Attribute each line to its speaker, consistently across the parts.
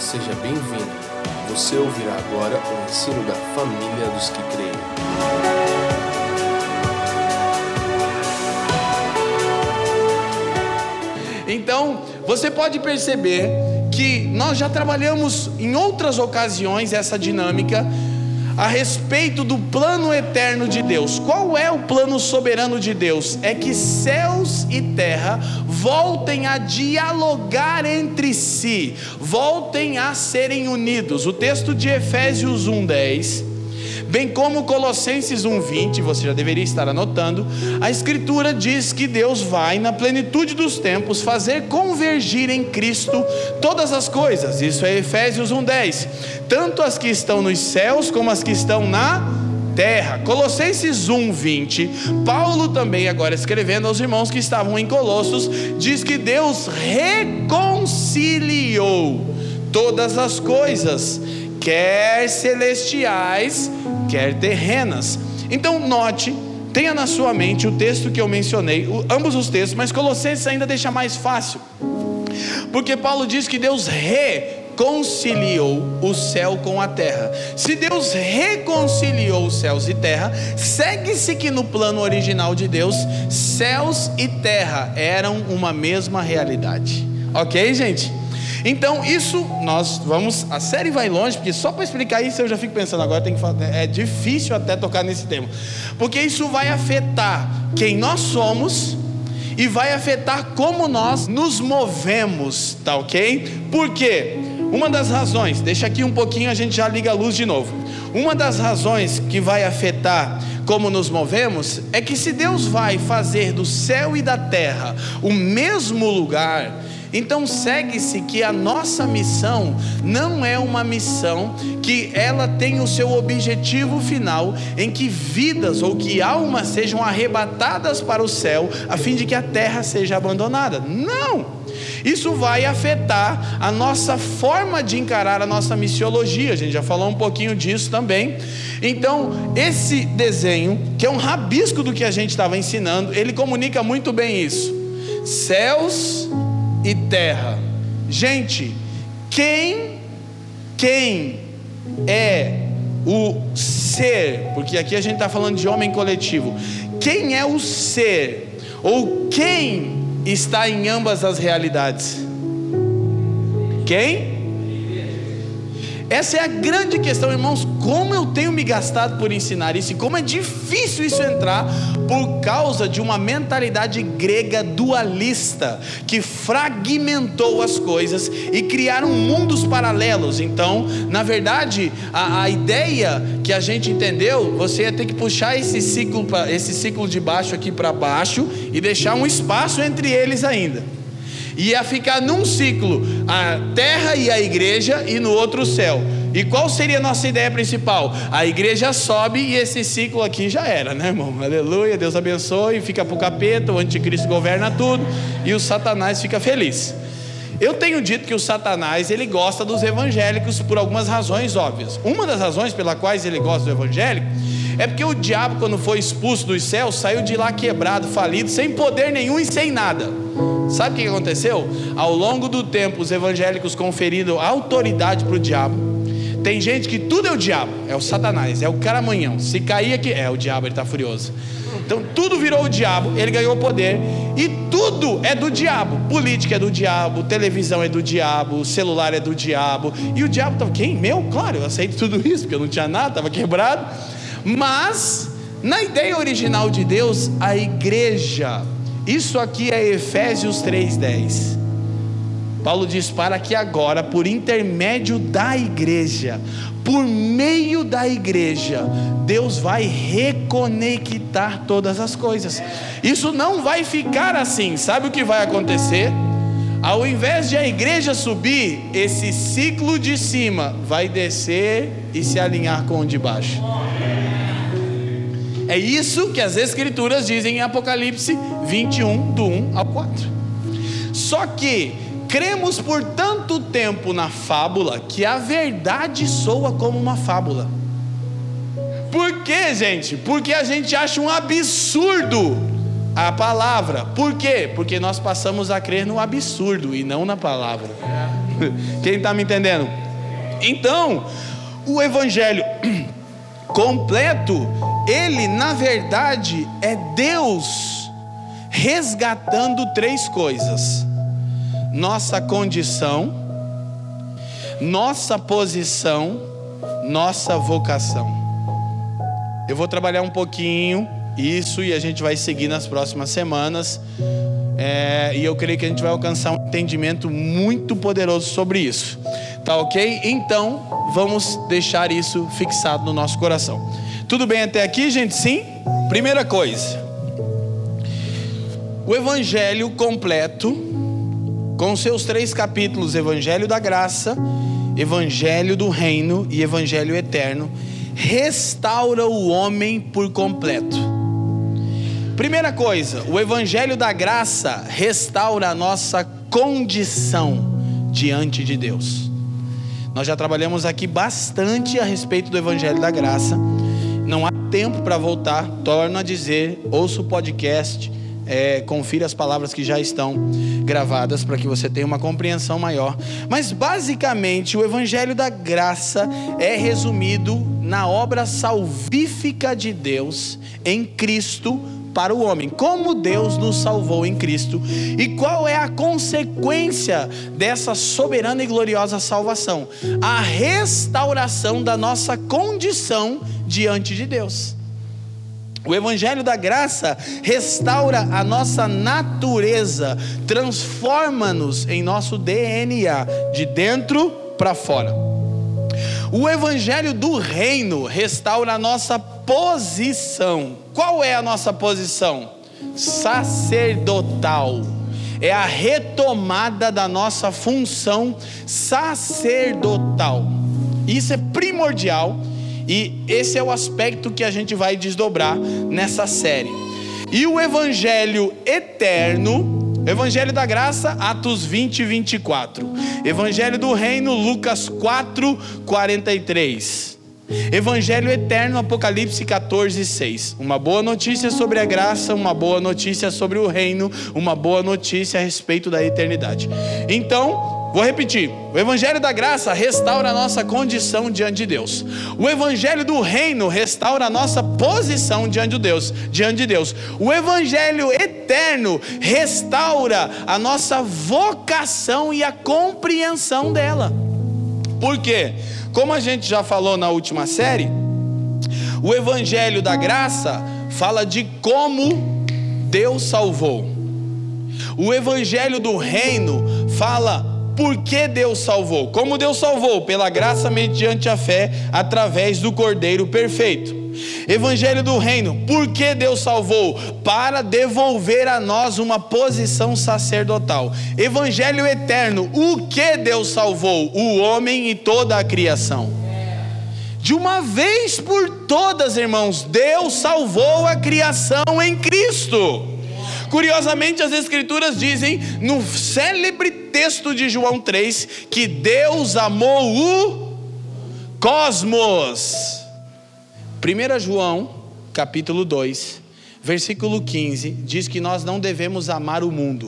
Speaker 1: Seja bem-vindo. Você ouvirá agora o ensino da família dos que creem.
Speaker 2: Então, você pode perceber que nós já trabalhamos em outras ocasiões essa dinâmica a respeito do plano eterno de Deus. Qual é o plano soberano de Deus? É que céus e terra voltem a dialogar entre si, voltem a serem unidos. O texto de Efésios 1:10, bem como Colossenses 1:20, você já deveria estar anotando, a Escritura diz que Deus vai, na plenitude dos tempos, fazer convergir em Cristo todas as coisas. Isso é Efésios 1:10, tanto as que estão nos céus como as que estão na terra. Colossenses 1:20, Paulo também, agora escrevendo aos irmãos que estavam em Colossos, diz que Deus reconciliou todas as coisas, quer celestiais, quer terrenas. Então note, tenha na sua mente o texto que eu mencionei, ambos os textos, mas Colossenses ainda deixa mais fácil, porque Paulo diz que Deus reconciliou o céu com a terra. Se Deus reconciliou os céus e terra, segue-se que no plano original de Deus, céus e terra eram uma mesma realidade. Ok, gente? Então isso, nós vamos, a série vai longe, porque só para explicar isso eu já fico pensando, agora tem que falar, é difícil até tocar nesse tema, porque isso vai afetar quem nós somos e vai afetar como nós nos movemos, tá ok? Por quê? Uma das razões, deixa aqui um pouquinho, a gente já liga a luz de novo. Uma das razões que vai afetar como nos movemos é que se Deus vai fazer do céu e da terra o mesmo lugar, então segue-se que a nossa missão não é uma missão que ela tem o seu objetivo final em que vidas ou que almas sejam arrebatadas para o céu a fim de que a terra seja abandonada. Não! Isso vai afetar a nossa forma de encarar a nossa missiologia. A gente já falou um pouquinho disso também. Então esse desenho, que é um rabisco do que a gente estava ensinando, ele comunica muito bem isso. Céus e terra. Gente, quem é o ser? Porque aqui a gente está falando de homem coletivo. Quem é o ser? Ou quem está em ambas as realidades? Quem? Essa é a grande questão, irmãos. Como eu tenho me gastado por ensinar isso, e como é difícil isso entrar por causa de uma mentalidade grega dualista que fragmentou as coisas e criaram mundos paralelos. Então, na verdade, a ideia que a gente entendeu, você ia ter que puxar esse ciclo de baixo aqui para baixo e deixar um espaço entre eles ainda. Ia ficar num ciclo a terra e a igreja, e no outro o céu. E qual seria a nossa ideia principal? A igreja sobe e esse ciclo aqui já era, né, irmão? Aleluia, Deus abençoe, fica para o capeta, o anticristo governa tudo e o Satanás fica feliz. Eu tenho dito que o Satanás, ele gosta dos evangélicos por algumas razões óbvias. Uma das razões pelas quais ele gosta do evangélico é porque o diabo, quando foi expulso dos céus, saiu de lá quebrado, falido, sem poder nenhum e sem nada. Sabe o que aconteceu? Ao longo do tempo, os evangélicos conferiram autoridade para o diabo. Tem gente que tudo é o diabo, é o Satanás, é o caramanhão. Se cair aqui, é o diabo, ele está furioso. Então tudo virou o diabo, ele ganhou poder. E tudo é do diabo. Política é do diabo, televisão é do diabo, celular é do diabo. E o diabo estava, quem? Meu? Claro, eu aceito tudo isso, porque eu não tinha nada, estava quebrado. Mas, na ideia original de Deus, a igreja, isso aqui é Efésios 3:10. Paulo diz, para que agora, por intermédio da igreja, por meio da igreja, Deus vai reconectar todas as coisas. Isso não vai ficar assim. Sabe o que vai acontecer? Ao invés de a igreja subir, esse ciclo de cima vai descer e se alinhar com o de baixo. É isso que as escrituras dizem em Apocalipse 21, do 1 ao 4. Só que cremos por tanto tempo na fábula que a verdade soa como uma fábula. Por quê, gente? Porque a gente acha um absurdo a palavra. Por quê? Porque nós passamos a crer no absurdo e não na palavra. Quem está me entendendo? Então, o evangelho completo, ele na verdade é Deus resgatando três coisas: nossa condição, nossa posição, nossa vocação. Eu vou trabalhar um pouquinho isso e a gente vai seguir nas próximas semanas, e eu creio que a gente vai alcançar um entendimento muito poderoso sobre isso, tá ok? Então vamos deixar isso fixado no nosso coração. Tudo bem até aqui, gente? Sim? Primeira coisa, o evangelho completo, com seus 3 capítulos: evangelho da graça, evangelho do reino e evangelho eterno, restaura o homem por completo. Primeira coisa, o evangelho da graça restaura a nossa condição diante de Deus. Nós já trabalhamos aqui bastante a respeito do evangelho da graça. Não há tempo para voltar, torno a dizer, ouça o podcast, confira as palavras que já estão gravadas para que você tenha uma compreensão maior. Mas basicamente o evangelho da graça é resumido na obra salvífica de Deus em Cristo para o homem. Como Deus nos salvou em Cristo e qual é a consequência dessa soberana e gloriosa salvação? A restauração da nossa condição diante de Deus. O evangelho da graça restaura a nossa natureza, transforma-nos em nosso DNA, de dentro para fora. O evangelho do reino restaura a nossa posição. Qual é a nossa posição? Sacerdotal. É a retomada da nossa função sacerdotal. Isso é primordial. E esse é o aspecto que a gente vai desdobrar nessa série. E o evangelho eterno, evangelho da graça, Atos 20 e 24. Evangelho do reino, Lucas 4, 43. Evangelho eterno, Apocalipse 14, 6. Uma boa notícia sobre a graça, uma boa notícia sobre o reino, uma boa notícia a respeito da eternidade. Então, vou repetir: o evangelho da graça restaura a nossa condição diante de Deus. O evangelho do reino restaura a nossa posição diante de Deus. O evangelho eterno restaura a nossa vocação e a compreensão dela. Por quê? Como a gente já falou na última série, o evangelho da graça fala de como Deus salvou. O evangelho do reino fala por que Deus salvou. Como Deus salvou? Pela graça mediante a fé, através do Cordeiro perfeito. Evangelho do reino, por que Deus salvou? Para devolver a nós uma posição sacerdotal. Evangelho eterno, o que Deus salvou? O homem e toda a criação. De uma vez por todas, irmãos, Deus salvou a criação em Cristo. Curiosamente, as escrituras dizem no célebre texto de João 3 que Deus amou o cosmos. 1 João capítulo 2 versículo 15 diz que nós não devemos amar o mundo.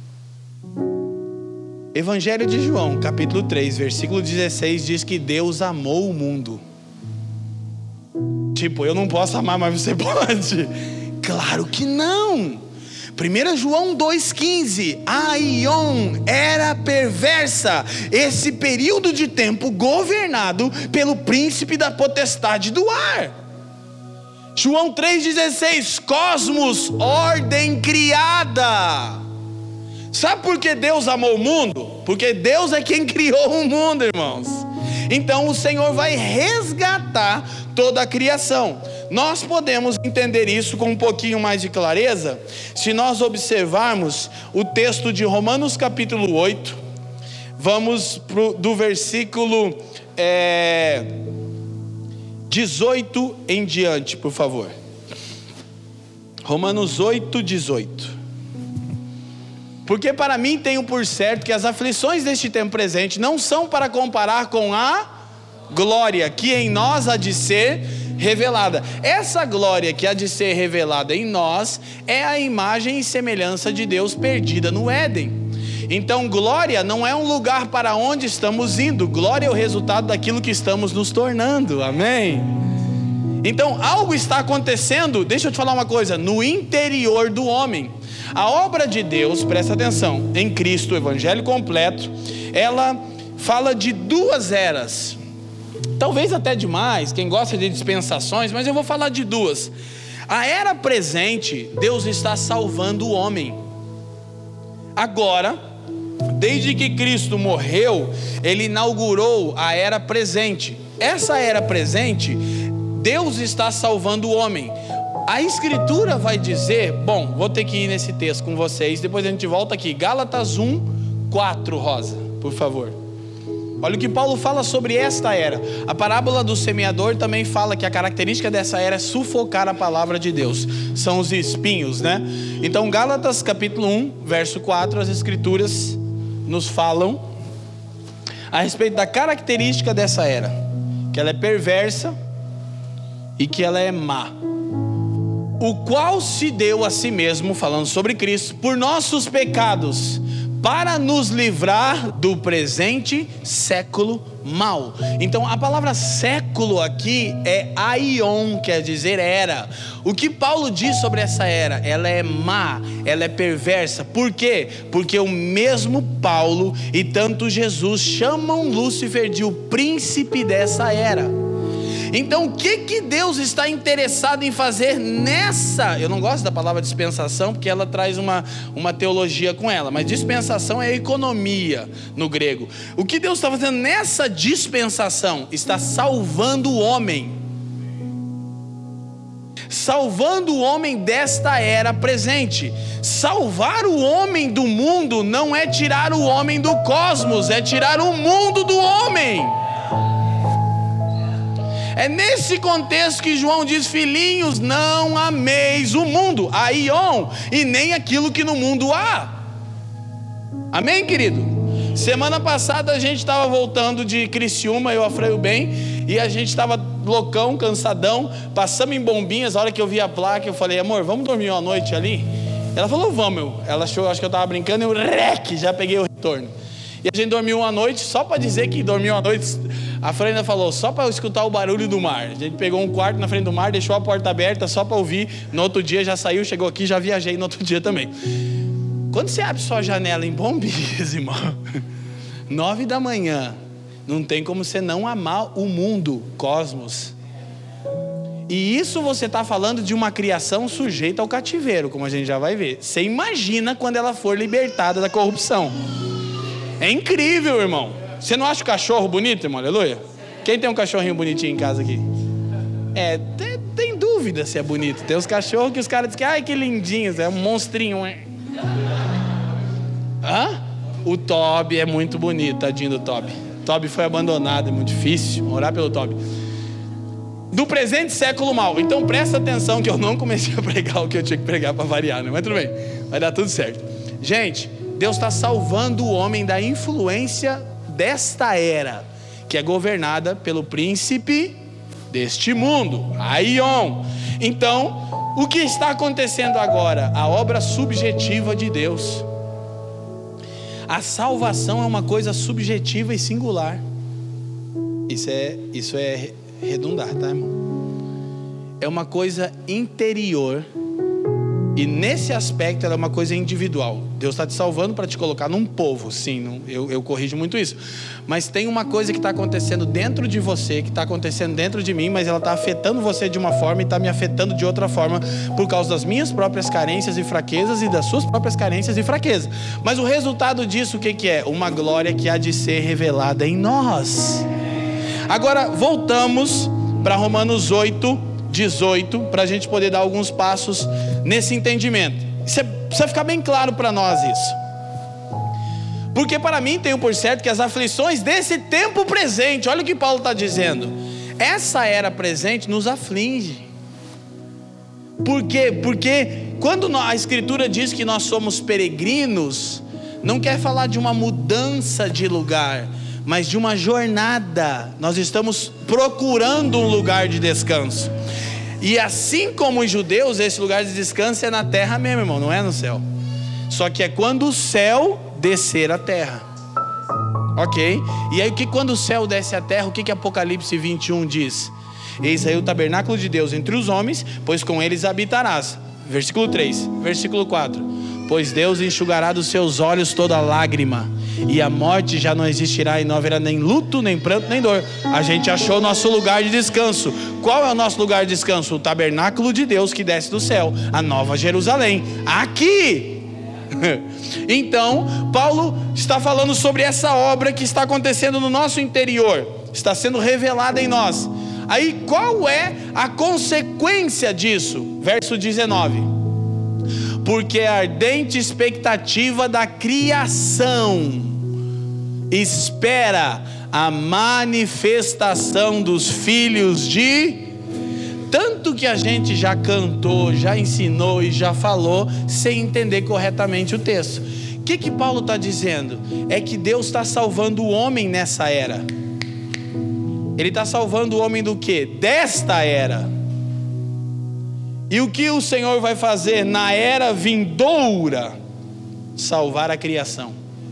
Speaker 2: Evangelho de João capítulo 3 versículo 16 diz que Deus amou o mundo. Tipo, eu não posso amar, mas você pode? Claro que não. 1 João 2,15, a Aion era perversa, esse período de tempo governado pelo príncipe da potestade do ar. João 3,16, cosmos, ordem criada. Sabe por que Deus amou o mundo? Porque Deus é quem criou o mundo, irmãos. Então o Senhor vai resgatar toda a criação. Nós podemos entender isso com um pouquinho mais de clareza se nós observarmos o texto de Romanos capítulo 8. Vamos do versículo 18 em diante, por favor. Romanos 8, 18. Porque para mim tenho por certo que as aflições deste tempo presente não são para comparar com a glória que em nós há de ser revelada. Essa glória que há de ser revelada em nós é a imagem e semelhança de Deus perdida no Éden. Então glória não é um lugar para onde estamos indo, glória é o resultado daquilo que estamos nos tornando, amém? Então algo está acontecendo, deixa eu te falar uma coisa, no interior do homem. A obra de Deus, presta atenção, em Cristo, o Evangelho completo, ela fala de duas eras, talvez até demais, quem gosta de dispensações, mas eu vou falar de duas. A era presente, Deus está salvando o homem. Agora, desde que Cristo morreu, Ele inaugurou a era presente. Essa era presente, Deus está salvando o homem. A Escritura vai dizer, bom, vou ter que ir nesse texto com vocês, depois a gente volta aqui, Gálatas 1:4, Rosa, por favor. Olha o que Paulo fala sobre esta era. A parábola do semeador também fala que a característica dessa era é sufocar a palavra de Deus. São os espinhos, né? Então Gálatas capítulo 1, verso 4, as Escrituras nos falam a respeito da característica dessa era, que ela é perversa e que ela é má, o qual se deu a si mesmo, falando sobre Cristo, por nossos pecados, para nos livrar do presente século mau. Então a palavra século aqui é aion, quer dizer era. O que Paulo diz sobre essa era? Ela é má, ela é perversa. Por quê? Porque o mesmo Paulo e tanto Jesus chamam Lúcifer de o príncipe dessa era. Então o que Deus está interessado em fazer nessa... Eu não gosto da palavra dispensação porque ela traz uma teologia com ela, mas dispensação é economia no grego. O que Deus está fazendo nessa dispensação? Está salvando o homem. Salvando o homem desta era presente. Salvar o homem do mundo não é tirar o homem do cosmos, é tirar o mundo do homem. É nesse contexto que João diz: filhinhos, não ameis o mundo, aion, e nem aquilo que no mundo há. Amém, querido? Semana passada a gente estava voltando de Criciúma, eu, a Freio Bem, e a gente estava loucão, cansadão, passamos em Bombinhas. A hora que eu vi a placa, eu falei: amor, vamos dormir uma noite ali? Ela falou: vamos. Ela achou, acho que eu estava brincando, eu já peguei o retorno. E a gente dormiu uma noite, só para dizer que dormiu uma noite. A Fran ainda falou, só para escutar o barulho do mar. A gente pegou um quarto na frente do mar, deixou a porta aberta só para ouvir. No outro dia já saiu, chegou aqui, já viajei no outro dia também. Quando você abre sua janela em Bombinhas, irmão, 9 da manhã, não tem como você não amar o mundo, cosmos. E isso você está falando de uma criação sujeita ao cativeiro, como a gente já vai ver. Você imagina quando ela for libertada da corrupção. É incrível, irmão. Você não acha o cachorro bonito, irmão? Aleluia. Quem tem um cachorrinho bonitinho em casa aqui? Tem dúvida se é bonito. Tem os cachorros que os caras dizem que, ai, que lindinhos, é um monstrinho. O Toby é muito bonito, tadinho do Toby. Toby foi abandonado, é muito difícil. Orar pelo Toby. Do presente século mau. Então presta atenção que eu não comecei a pregar o que eu tinha que pregar para variar, né? Mas tudo bem, vai dar tudo certo. Gente, Deus está salvando o homem da influência desta era, que é governada pelo príncipe deste mundo, Aion. Então, o que está acontecendo agora? A obra subjetiva de Deus. A salvação é uma coisa subjetiva e singular. Isso é redundar, tá, irmão? É uma coisa interior. E nesse aspecto ela é uma coisa individual. Deus está te salvando para te colocar num povo. Sim, eu corrijo muito isso. Mas tem uma coisa que está acontecendo dentro de você, que está acontecendo dentro de mim, mas ela está afetando você de uma forma e está me afetando de outra forma, por causa das minhas próprias carências e fraquezas e das suas próprias carências e fraquezas. Mas o resultado disso, o que é? Uma glória que há de ser revelada em nós. Agora voltamos para Romanos 8:18, para a gente poder dar alguns passos nesse entendimento. Isso precisa ficar bem claro para nós isso. Porque para mim tenho por certo que as aflições desse tempo presente, olha o que Paulo está dizendo, essa era presente nos aflige. Por quê? Porque quando a Escritura diz que nós somos peregrinos, não quer falar de uma mudança de lugar, mas de uma jornada. Nós estamos procurando um lugar de descanso. E assim como os judeus, esse lugar de descanso é na terra mesmo, irmão, não é no céu. Só que é quando o céu descer à terra. Ok? E aí quando o céu desce à terra, o que Apocalipse 21 diz? Eis aí o tabernáculo de Deus entre os homens, pois com eles habitarás. Versículo 3, versículo 4. Pois Deus enxugará dos seus olhos toda lágrima, e a morte já não existirá, e não haverá nem luto, nem pranto, nem dor. A gente achou nosso lugar de descanso. Qual é o nosso lugar de descanso? O tabernáculo de Deus que desce do céu, a Nova Jerusalém, aqui. Então, Paulo está falando sobre essa obra que está acontecendo no nosso interior, está sendo revelada em nós. Aí, qual é a consequência disso? Verso 19: porque a ardente expectativa da criação espera a manifestação dos filhos de... Tanto que a gente já cantou, já ensinou e já falou sem entender corretamente o texto. O que Paulo está dizendo? É que Deus está salvando o homem nessa era. Ele está salvando o homem do quê? Desta era. E o que o Senhor vai fazer na era vindoura? Salvar a criação.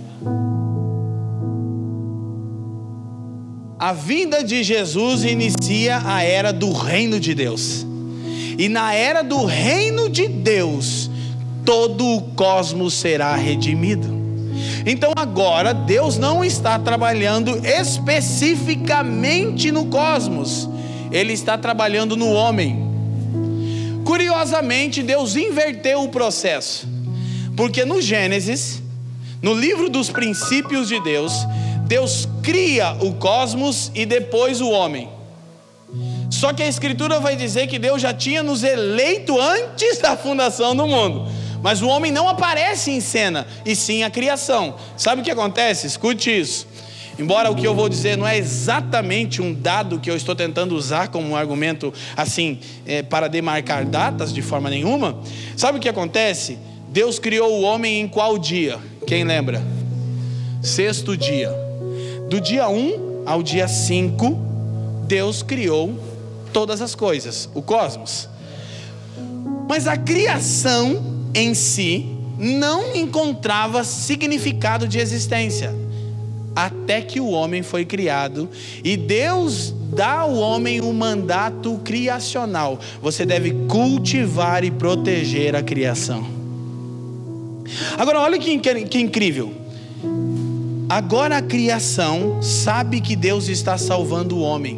Speaker 2: A vinda de Jesus inicia a era do reino de Deus. E na era do reino de Deus, todo o cosmos será redimido. Então agora Deus não está trabalhando especificamente no cosmos, Ele está trabalhando no homem. Curiosamente, Deus inverteu o processo, porque no Gênesis, no livro dos princípios de Deus, Deus cria o cosmos e depois o homem. Só que a Escritura vai dizer que Deus já tinha nos eleito antes da fundação do mundo. Mas o homem não aparece em cena, e sim a criação. Sabe o que acontece? Escute isso. Embora o que eu vou dizer não é exatamente um dado que eu estou tentando usar como um argumento assim, para demarcar datas de forma nenhuma. Sabe o que acontece? Deus criou o homem em qual dia? Quem lembra? Sexto dia. Do dia 1 ao dia 5, Deus criou todas as coisas, o cosmos. Mas a criação em si não encontrava significado de existência, até que o homem foi criado, e Deus dá ao homem um mandato criacional: você deve cultivar e proteger a criação. Agora olha que incrível. Agora a criação sabe que Deus está salvando o homem.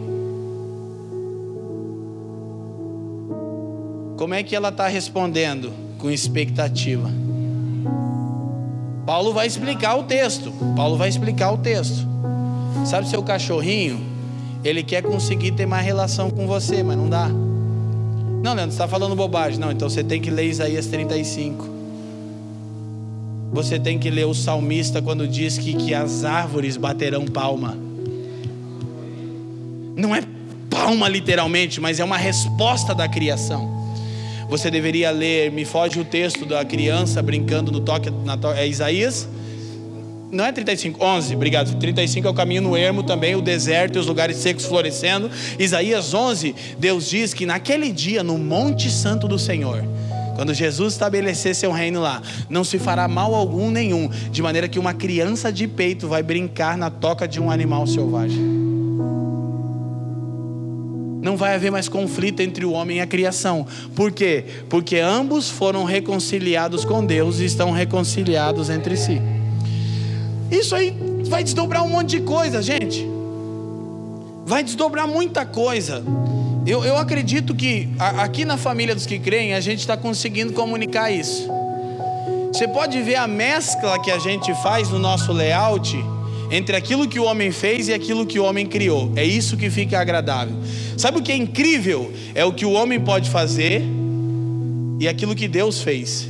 Speaker 2: Como é que ela está respondendo? Com expectativa. Paulo vai explicar o texto. Sabe, seu cachorrinho, ele quer conseguir ter mais relação com você, mas não dá. Não, Leandro, você está falando bobagem. Não, então você tem que ler Isaías 35. Você tem que ler o salmista quando diz que as árvores baterão palma. Não é palma literalmente, mas é uma resposta da criação. Você deveria ler, me foge o texto da criança brincando no toque, é Isaías, não é 35, 11, obrigado. 35 é o caminho no ermo também, o deserto e os lugares secos florescendo. Isaías 11, Deus diz que naquele dia, no Monte Santo do Senhor, quando Jesus estabelecer seu reino lá, não se fará mal algum nenhum, de maneira que uma criança de peito vai brincar na toca de um animal selvagem. Não vai haver mais conflito entre o homem e a criação. Por quê? Porque ambos foram reconciliados com Deus e estão reconciliados entre si. Isso aí vai desdobrar um monte de coisa, gente. Vai desdobrar muita coisa. Eu acredito que aqui na família dos que creem, a gente está conseguindo comunicar isso. Você pode ver a mescla que a gente faz no nosso layout entre aquilo que o homem fez e aquilo que o homem criou. É isso que fica agradável. Sabe o que é incrível? É o que o homem pode fazer e aquilo que Deus fez.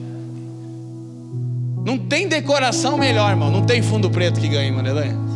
Speaker 2: Não tem decoração melhor, irmão. Não tem fundo preto que ganhe, mano.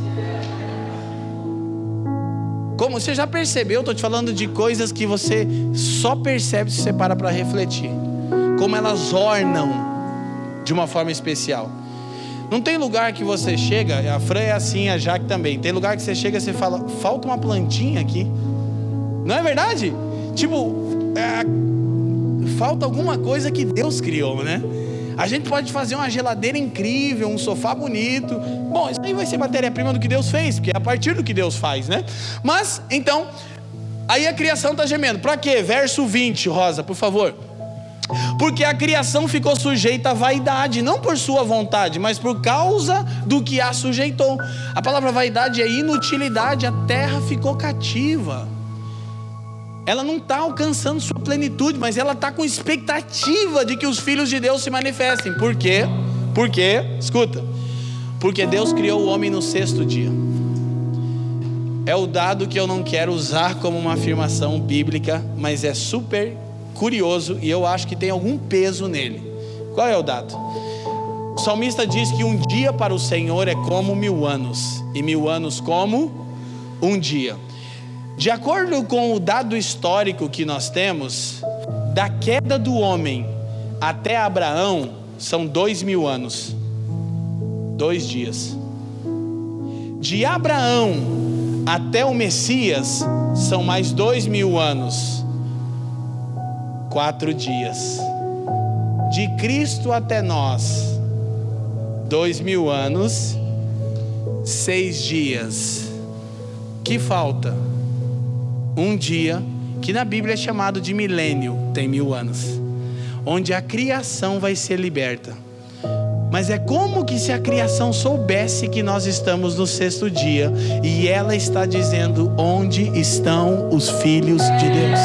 Speaker 2: Como você já percebeu, eu estou te falando de coisas que você só percebe se você para para refletir. Como elas ornam de uma forma especial. Não tem lugar que você chega, a Fran é assim, a Jaque também. Tem lugar que você chega e você fala, falta uma plantinha aqui. Não é verdade? Tipo, falta alguma coisa que Deus criou, né? A gente pode fazer uma geladeira incrível, um sofá bonito. Bom, isso aí vai ser matéria-prima do que Deus fez, porque é a partir do que Deus faz, né? Mas, então, aí a criação está gemendo. Para quê? Verso 20, Rosa, por favor. Porque a criação ficou sujeita à vaidade, não por sua vontade, mas por causa do que a sujeitou. A palavra vaidade é inutilidade. A terra ficou cativa. Ela não está alcançando sua plenitude, mas ela está com expectativa de que os filhos de Deus se manifestem. Por quê? Porque, escuta, porque Deus criou o homem no 6º dia. É o dado que eu não quero usar como uma afirmação bíblica, mas é super curioso e eu acho que tem algum peso nele. Qual é o dado? O salmista diz que um dia para o Senhor é como 1000 anos, e 1000 anos como um dia. De acordo com o dado histórico que nós temos, da queda do homem até Abraão, são 2000 anos, 2 dias. De Abraão até o Messias, são mais 2000 anos, 4 dias. De Cristo até nós, 2000 anos, 6 dias. Que falta? Um dia, que na Bíblia é chamado de milênio, tem 1000 anos, onde a criação vai ser liberta. Mas é como que se a criação soubesse que nós estamos no 6º dia, e ela está dizendo: onde estão os filhos de Deus?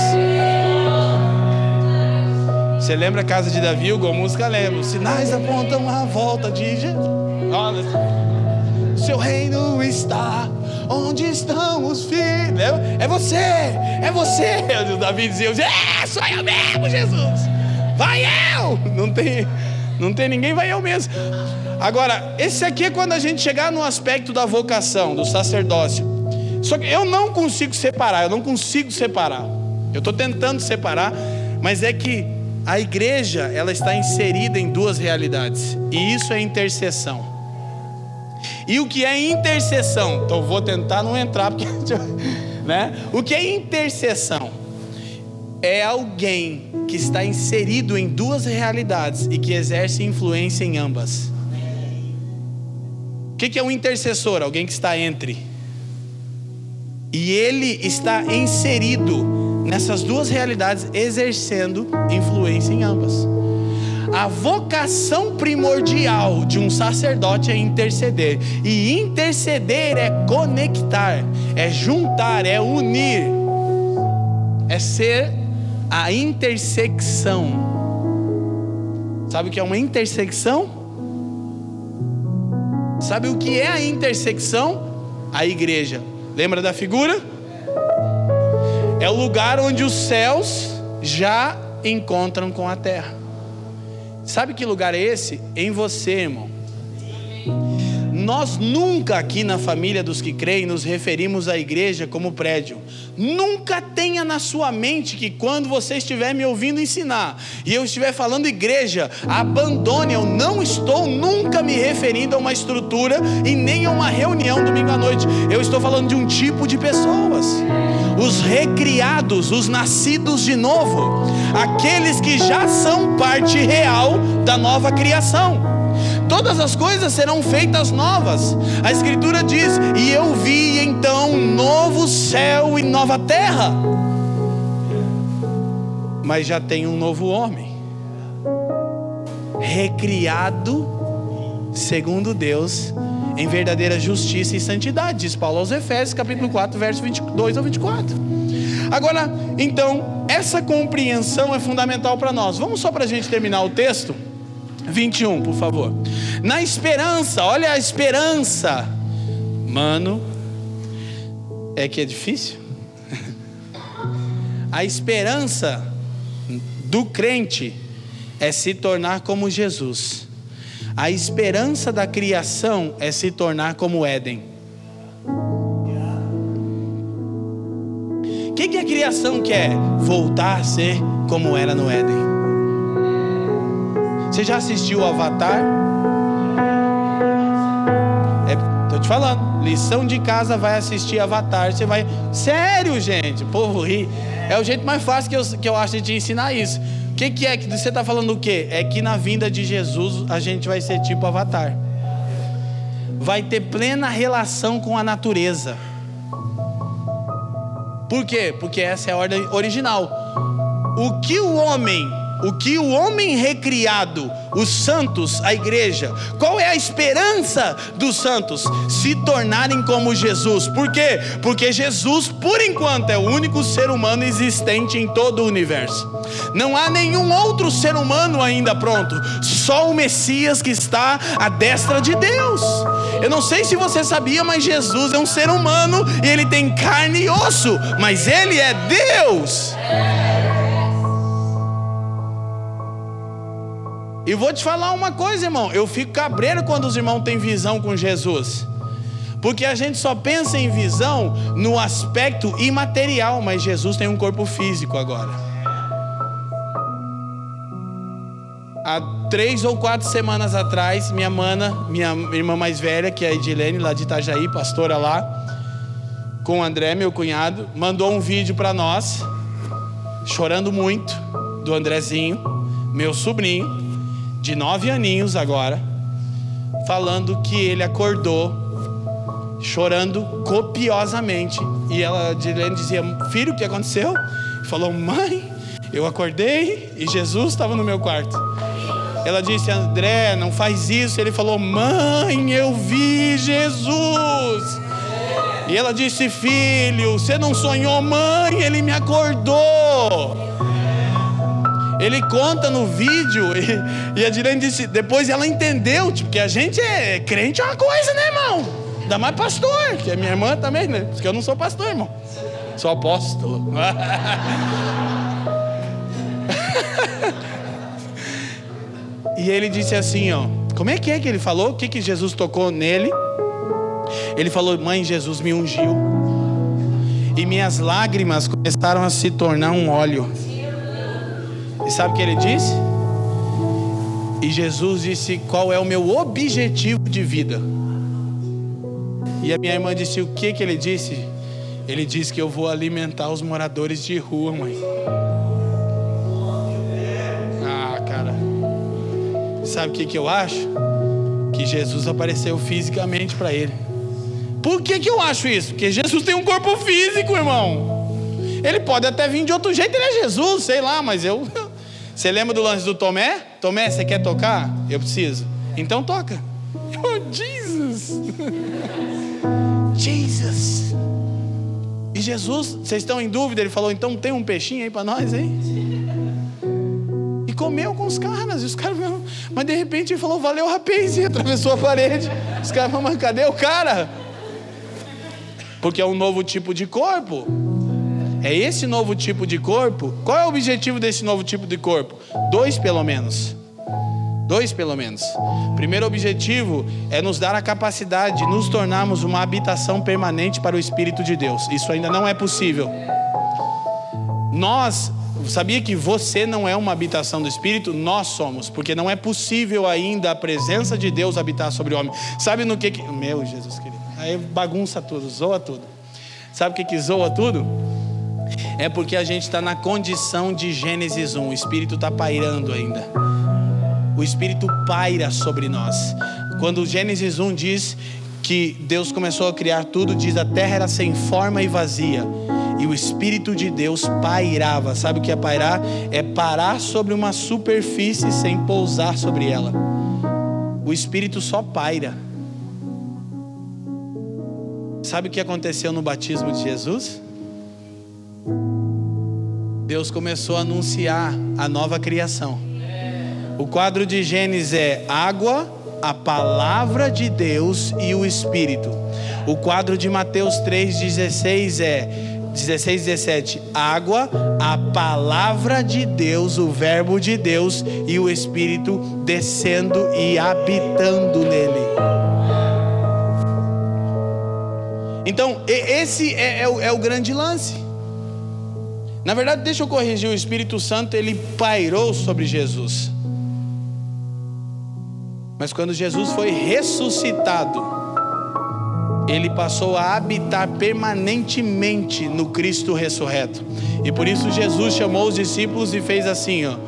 Speaker 2: Você lembra a casa de Davi? A música lembra. Os sinais apontam a volta de Jesus. Olha, seu reino está onde estão os filhos. É você, é você. O Davi dizia: sou eu mesmo, Jesus. Vai eu. Não tem ninguém, vai eu mesmo. Agora, esse aqui é quando a gente chegar no aspecto da vocação, do sacerdócio. Só que eu não consigo separar. Eu estou tentando separar, mas é que a igreja, ela está inserida em 2 realidades, e isso é intercessão. E o que é intercessão? Então vou tentar não entrar, porque, né? O que é intercessão? É alguém que está inserido em 2 realidades e que exerce influência em ambas. O que é um intercessor? Alguém que está entre. E ele está inserido nessas 2 realidades, exercendo influência em ambas. A vocação primordial de um sacerdote é interceder. E interceder é conectar, é juntar, é unir, é ser a intersecção. Sabe o que é uma intersecção? Sabe o que é a intersecção? A igreja. Lembra da figura? É o lugar onde os céus já encontram com a terra. Sabe que lugar é esse? Em você, irmão. Nós nunca aqui na família dos que creem nos referimos à igreja como prédio. Nunca tenha na sua mente que quando você estiver me ouvindo ensinar e eu estiver falando igreja, abandone. Eu não estou nunca me referindo a uma estrutura e nem a uma reunião domingo à noite. Eu estou falando de um tipo de pessoas. Os recriados, os nascidos de novo, aqueles que já são parte real da nova criação. Todas as coisas serão feitas novas. A Escritura diz: e eu vi então um novo céu e nova terra. Mas já tem um novo homem, recriado segundo Deus, em verdadeira justiça e santidade, diz Paulo aos Efésios, capítulo 4, verso 22 ao 24. Agora, então, essa compreensão é fundamental para nós. Vamos só para a gente terminar o texto 21, por favor. Na esperança, olha a esperança. Mano, é que é difícil. A esperança do crente é se tornar como Jesus. A esperança da criação é se tornar como Éden. O que a criação quer? Voltar a ser como era no Éden. Você já assistiu o Avatar? Estou te falando, lição de casa, vai assistir Avatar, você vai... Sério, gente, o povo ri. É o jeito mais fácil que eu acho de te ensinar isso. O que é que você está falando? O quê? É que na vinda de Jesus a gente vai ser tipo Avatar. Vai ter plena relação com a natureza. Por quê? Porque essa é a ordem original. O que o homem recriado, os santos, a igreja, qual é a esperança dos santos? Se tornarem como Jesus. Por quê? Porque Jesus, por enquanto, é o único ser humano existente em todo o universo. Não há nenhum outro ser humano ainda pronto, só o Messias que está à destra de Deus. Eu não sei se você sabia, mas Jesus é um ser humano e ele tem carne e osso, mas ele é Deus. E vou te falar uma coisa, irmão, eu fico cabreiro quando os irmãos têm visão com Jesus, porque a gente só pensa em visão no aspecto imaterial, mas Jesus tem um corpo físico agora. Há 3 ou 4 semanas atrás, minha irmã mais velha, que é a Edilene, lá de Itajaí, pastora lá, com o André, meu cunhado, mandou um vídeo para nós, chorando muito, do Andrezinho, meu sobrinho, de 9 aninhos agora, falando que ele acordou chorando copiosamente. E ela dizia: filho, o que aconteceu? Falou: mãe, eu acordei e Jesus estava no meu quarto. Ela disse: André, não faz isso. Ele falou: mãe, eu vi Jesus. E ela disse: filho, você não sonhou? Mãe, ele me acordou. Ele conta no vídeo, e a Dilene disse, depois ela entendeu, tipo, que a gente é crente, é uma coisa, né, irmão? Ainda mais pastor, que é minha irmã também, né? Porque eu não sou pastor, irmão, sou apóstolo. E ele disse assim, ó, como é que ele falou? O que Jesus tocou nele? Ele falou: mãe, Jesus me ungiu, e minhas lágrimas começaram a se tornar um óleo. E sabe o que ele disse? E Jesus disse: qual é o meu objetivo de vida? E a minha irmã disse: o que ele disse? Ele disse que eu vou alimentar os moradores de rua, mãe. Ah, cara, sabe o que eu acho? Que Jesus apareceu fisicamente para ele. Por que eu acho isso? Porque Jesus tem um corpo físico, irmão. Ele pode até vir de outro jeito, ele é Jesus, sei lá, mas eu... Você lembra do lance do Tomé? Tomé, você quer tocar? Eu preciso. Então toca. Oh, Jesus. Jesus. E Jesus, vocês estão em dúvida? Ele falou: então tem um peixinho aí para nós, hein? E comeu com os caras. E os caras, mas de repente ele falou: valeu, rapaz, e atravessou a parede. Os caras, mas cadê o cara? Porque é um novo tipo de corpo. É esse novo tipo de corpo. Qual é o objetivo desse novo tipo de corpo? 2 pelo menos. Primeiro objetivo é nos dar a capacidade de nos tornarmos uma habitação permanente para o Espírito de Deus. Isso ainda não é possível. Sabia que você não é uma habitação do Espírito? Nós somos, porque não é possível ainda a presença de Deus habitar sobre o homem. Sabe no que... Meu Jesus querido, aí bagunça tudo, zoa tudo. Sabe o que zoa tudo? É porque a gente está na condição de Gênesis 1. O Espírito está pairando ainda. O Espírito paira sobre nós. Quando Gênesis 1 diz que Deus começou a criar tudo, diz: a terra era sem forma e vazia, e o Espírito de Deus pairava. Sabe o que é pairar? É parar sobre uma superfície sem pousar sobre ela. O Espírito só paira. Sabe o que aconteceu no batismo de Jesus? Deus começou a anunciar a nova criação. O quadro de Gênesis é água, a palavra de Deus e o Espírito. O quadro de Mateus 3,16 é 16:17, água, a palavra de Deus, o verbo de Deus e o Espírito descendo e habitando nele. Então esse é o grande lance. Na verdade, deixa eu corrigir, o Espírito Santo, ele pairou sobre Jesus. Mas quando Jesus foi ressuscitado, ele passou a habitar permanentemente no Cristo ressurreto. E por isso Jesus chamou os discípulos e fez assim, ó.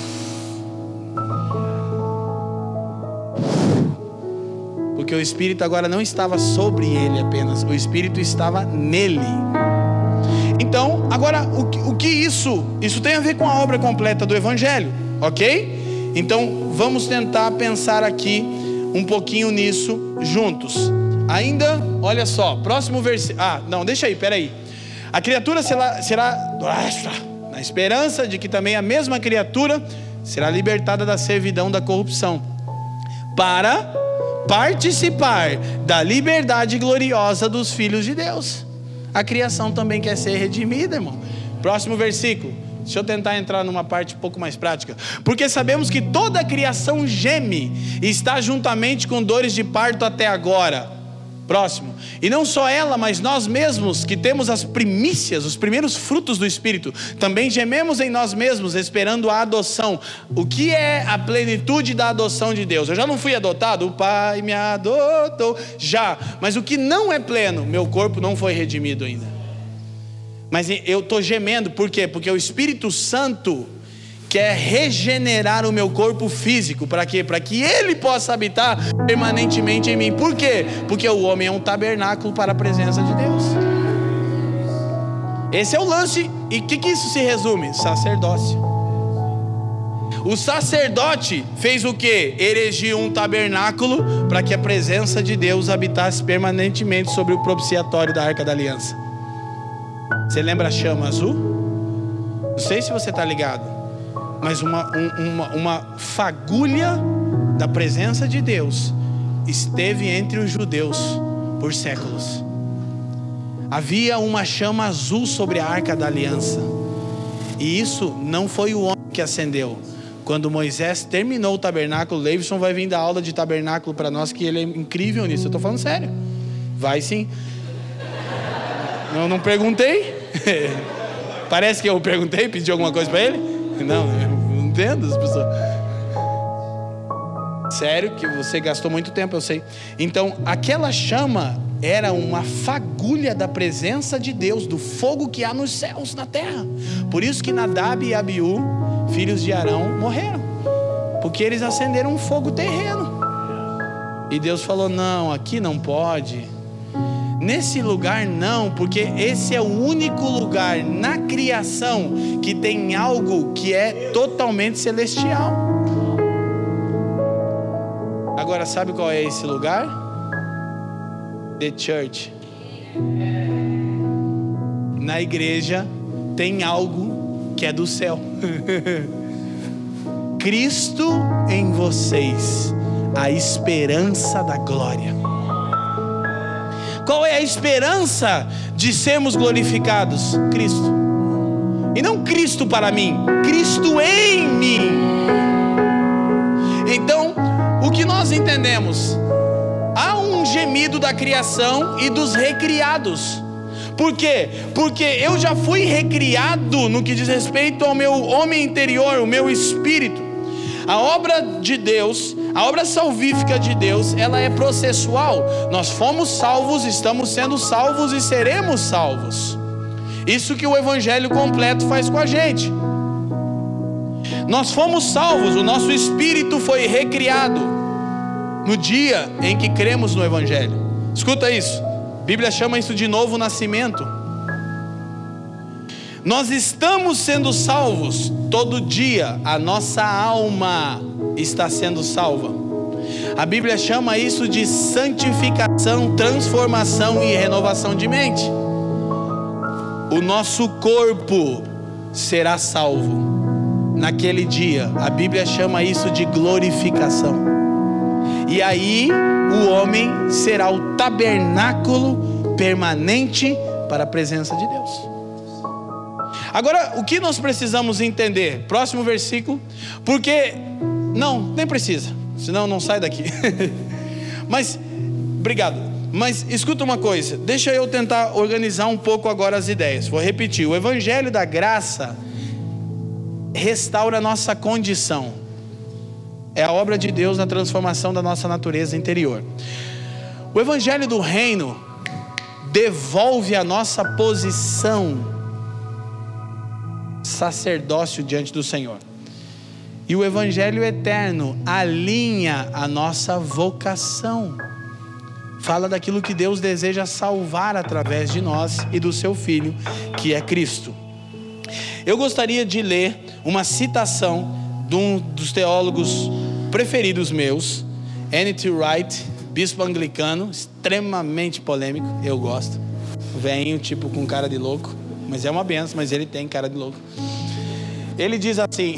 Speaker 2: Porque o Espírito agora não estava sobre ele apenas, o Espírito estava nele. Então, agora, o que isso tem a ver com a obra completa do Evangelho, ok? Então, vamos tentar pensar aqui um pouquinho nisso juntos. Ainda, olha só, próximo versículo. Não, deixa aí, peraí. A criatura será na esperança de que também a mesma criatura será libertada da servidão da corrupção, para participar da liberdade gloriosa dos filhos de Deus. A criação também quer ser redimida, irmão. Próximo versículo. Deixa eu tentar entrar numa parte um pouco mais prática. Porque sabemos que toda a criação geme e está juntamente com dores de parto até agora. Próximo. E não só ela, mas nós mesmos, que temos as primícias, os primeiros frutos do Espírito, também gememos em nós mesmos, esperando a adoção. O que é a plenitude da adoção de Deus? Eu já não fui adotado? O Pai me adotou. Já. Mas o que não é pleno? Meu corpo não foi redimido ainda. Mas eu estou gemendo, por quê? Porque o Espírito Santo quer regenerar o meu corpo físico. Para quê? Para que Ele possa habitar permanentemente em mim. Por quê? Porque o homem é um tabernáculo para a presença de Deus. Esse é o lance. E o que isso se resume? Sacerdócio. O sacerdote fez o quê? Erigiu um tabernáculo para que a presença de Deus habitasse permanentemente sobre o propiciatório da Arca da Aliança. Você lembra a chama azul? Não sei se você está ligado, mas uma fagulha da presença de Deus esteve entre os judeus por séculos. Havia uma chama azul sobre a Arca da Aliança, e isso não foi o homem que acendeu. Quando Moisés terminou o tabernáculo, Leivson vai vir dar aula de tabernáculo para nós, que ele é incrível nisso. Eu estou falando sério. Vai sim. Eu não perguntei. Parece que eu perguntei, pedi alguma coisa para ele. Não, eu não entendo as pessoas. Sério que você gastou muito tempo, eu sei. Então, aquela chama era uma fagulha da presença de Deus, do fogo que há nos céus, na terra. Por isso que Nadab e Abiú, filhos de Arão, morreram, porque eles acenderam um fogo terreno. E Deus falou: não, aqui não pode, nesse lugar não, porque esse é o único lugar na criação que tem algo que é totalmente celestial. Agora, sabe qual é esse lugar? The Church. Na igreja tem algo que é do céu. Cristo em vocês, a esperança da glória. Qual é a esperança de sermos glorificados? Cristo. E não Cristo para mim, Cristo em mim. Então, o que nós entendemos? Há um gemido da criação e dos recriados. Por quê? Porque eu já fui recriado no que diz respeito ao meu homem interior, o meu espírito. A obra de Deus, a obra salvífica de Deus, ela é processual. Nós fomos salvos, estamos sendo salvos e seremos salvos. Isso que o evangelho completo faz com a gente. Nós fomos salvos, o nosso espírito foi recriado no dia em que cremos no evangelho. Escuta isso, a Bíblia chama isso de novo nascimento. Nós estamos sendo salvos todo dia, a nossa alma está sendo salva. A Bíblia chama isso de santificação, transformação e renovação de mente. O nosso corpo será salvo naquele dia. A Bíblia chama isso de glorificação. E aí o homem será o tabernáculo permanente para a presença de Deus. Agora, o que nós precisamos entender? Próximo versículo. Porque, não, nem precisa, senão não sai daqui. Mas, obrigado. Mas escuta uma coisa, deixa eu tentar organizar um pouco agora as ideias. Vou repetir, o evangelho da graça restaura a nossa condição. É a obra de Deus na transformação da nossa natureza interior. O evangelho do reino devolve a nossa posição, sacerdócio diante do Senhor. E o Evangelho eterno alinha a nossa vocação. Fala daquilo que Deus deseja salvar através de nós e do seu Filho, que é Cristo. Eu gostaria de ler uma citação de um dos teólogos preferidos meus, N.T. Wright, bispo anglicano, extremamente polêmico, eu gosto. Velhinho, tipo com cara de louco, mas é uma benção, mas ele tem cara de louco. Ele diz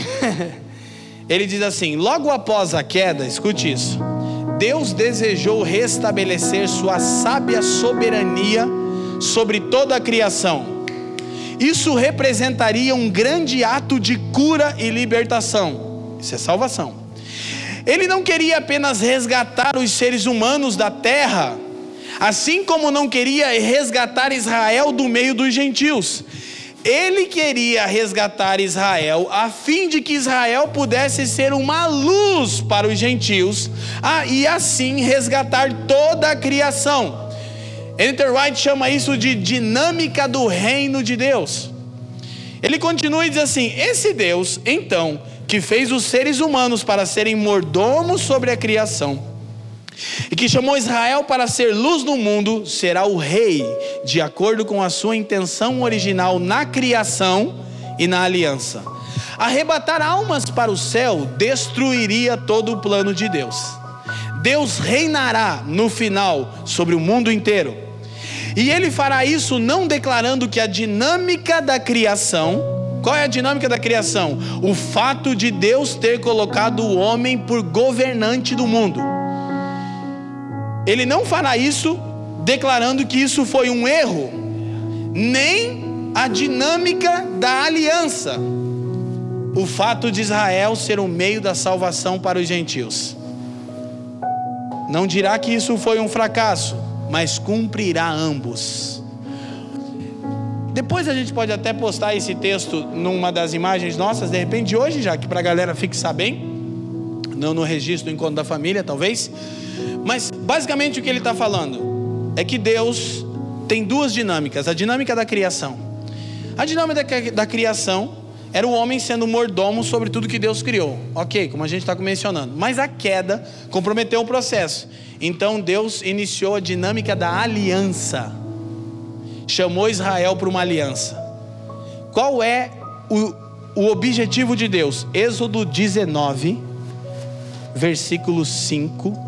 Speaker 2: assim, logo após a queda, escute isso, Deus desejou restabelecer sua sábia soberania sobre toda a criação. Isso representaria um grande ato de cura e libertação. Isso é salvação. Ele não queria apenas resgatar os seres humanos da terra, assim como não queria resgatar Israel do meio dos gentios. Ele queria resgatar Israel a fim de que Israel pudesse ser uma luz para os gentios, e assim resgatar toda a criação. N.T. Wright chama isso de dinâmica do reino de Deus. Ele continua e diz assim: esse Deus, então, que fez os seres humanos para serem mordomos sobre a criação, e que chamou Israel para ser luz no mundo, será o rei, de acordo com a sua intenção original na criação e na aliança. Arrebatar almas para o céu destruiria todo o plano de Deus. Deus reinará no final sobre o mundo inteiro. E ele fará isso não declarando que a dinâmica da criação... Qual é a dinâmica da criação? O fato de Deus ter colocado o homem por governante do mundo. Ele não fará isso declarando que isso foi um erro, nem a dinâmica da aliança, o fato de Israel ser o meio da salvação para os gentios. Não dirá que isso foi um fracasso, mas cumprirá ambos. Depois a gente pode até postar esse texto numa das imagens nossas, de repente hoje, já que para a galera fixar bem, não no registro do encontro da família talvez. Mas basicamente o que ele está falando é que Deus tem duas dinâmicas. A dinâmica da criação. A dinâmica da criação era o homem sendo mordomo sobre tudo que Deus criou. Ok, como a gente está mencionando. Mas a queda comprometeu o processo. Então Deus iniciou a dinâmica da aliança. Chamou Israel para uma aliança. Qual é o objetivo de Deus? Êxodo 19, versículo 5.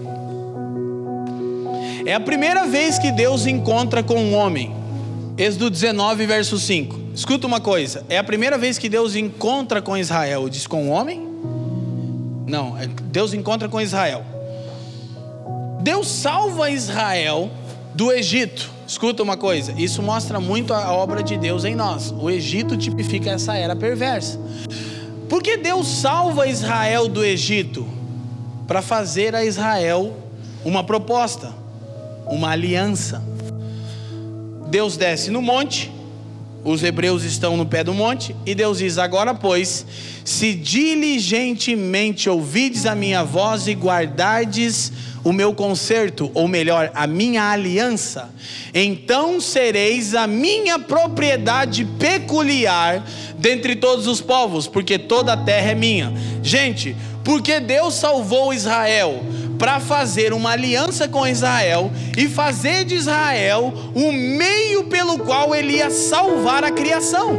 Speaker 2: É a primeira vez que Deus encontra com um homem. Êxodo 19, verso 5. Escuta uma coisa. É a primeira vez que Deus encontra com Israel. Diz com um homem? Não, Deus encontra com Israel. Deus salva Israel do Egito. Escuta uma coisa. Isso mostra muito a obra de Deus em nós. O Egito tipifica essa era perversa. Por que Deus salva Israel do Egito? Para fazer a Israel uma proposta, uma aliança. Deus desce no monte, os hebreus estão no pé do monte, e Deus diz: agora pois, se diligentemente ouvides a minha voz e guardardes o meu concerto, ou melhor, a minha aliança, então sereis a minha propriedade peculiar dentre todos os povos, porque toda a terra é minha. Gente, porque Deus salvou Israel para fazer uma aliança com Israel e fazer de Israel o meio pelo qual ele ia salvar a criação.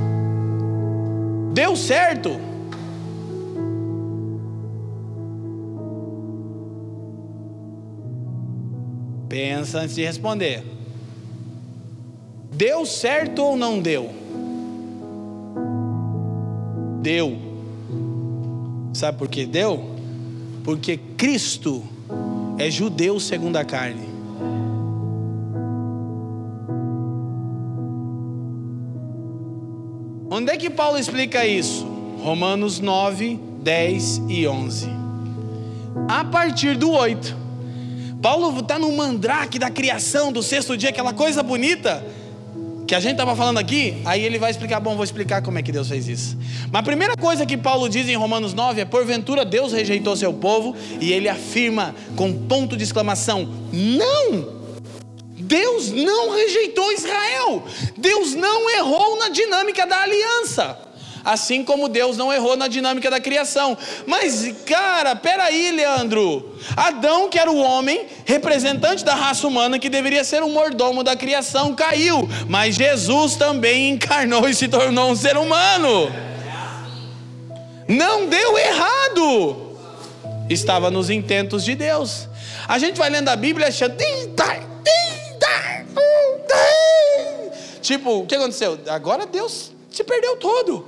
Speaker 2: Deu certo? Pensa antes de responder. Deu certo ou não deu? Deu. Sabe por que deu? Porque Cristo é judeu segundo a carne. Onde é que Paulo explica isso? Romanos 9, 10 e 11. A partir do 8. Paulo está no mandrake da criação, do sexto dia, aquela coisa bonita que a gente estava falando aqui. Aí ele vai explicar, vou explicar como é que Deus fez isso. Mas a primeira coisa que Paulo diz em Romanos 9 é: porventura Deus rejeitou seu povo? E ele afirma com ponto de exclamação: não! Deus não rejeitou Israel. Deus não errou na dinâmica da aliança. Assim como Deus não errou na dinâmica da criação. Mas, cara, peraí, Leandro. Adão, que era o homem, representante da raça humana, que deveria ser o mordomo da criação, caiu. Mas Jesus também encarnou e se tornou um ser humano. Não deu errado. Estava nos intentos de Deus. A gente vai lendo a Bíblia achando... Tipo, o que aconteceu? Agora Deus se perdeu todo.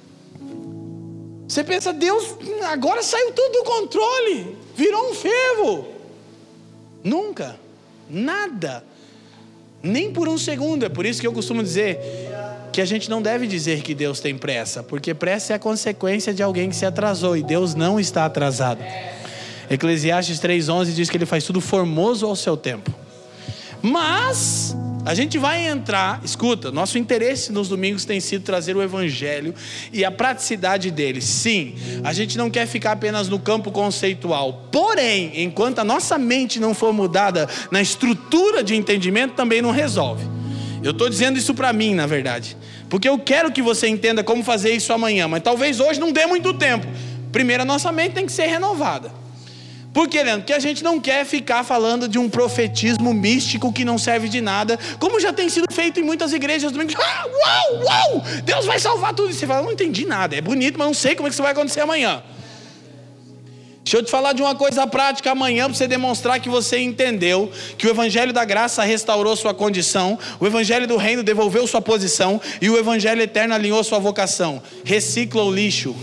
Speaker 2: Você pensa, Deus agora saiu tudo do controle, virou um fervo. Nunca, nada, nem por um segundo. É por isso que eu costumo dizer que a gente não deve dizer que Deus tem pressa, porque pressa é a consequência de alguém que se atrasou, e Deus não está atrasado. Eclesiastes 3:11 diz que Ele faz tudo formoso ao seu tempo. Mas a gente vai entrar, escuta, nosso interesse nos domingos tem sido trazer o Evangelho e a praticidade dele. Sim, a gente não quer ficar apenas no campo conceitual. Porém, enquanto a nossa mente não for mudada na estrutura de entendimento, também não resolve. Eu estou dizendo isso para mim, na verdade, porque eu quero que você entenda como fazer isso amanhã, mas talvez hoje não dê muito tempo. Primeiro, a nossa mente tem que ser renovada. Por quê, Leandro? Porque a gente não quer ficar falando de um profetismo místico que não serve de nada, como já tem sido feito em muitas igrejas domingos. Uau, Deus vai salvar tudo. E você fala, não entendi nada, é bonito, mas não sei como é que isso vai acontecer amanhã. Deixa eu te falar de uma coisa prática amanhã, para você demonstrar que você entendeu, que o Evangelho da Graça restaurou sua condição, o Evangelho do Reino devolveu sua posição, e o Evangelho Eterno alinhou sua vocação. Recicla o lixo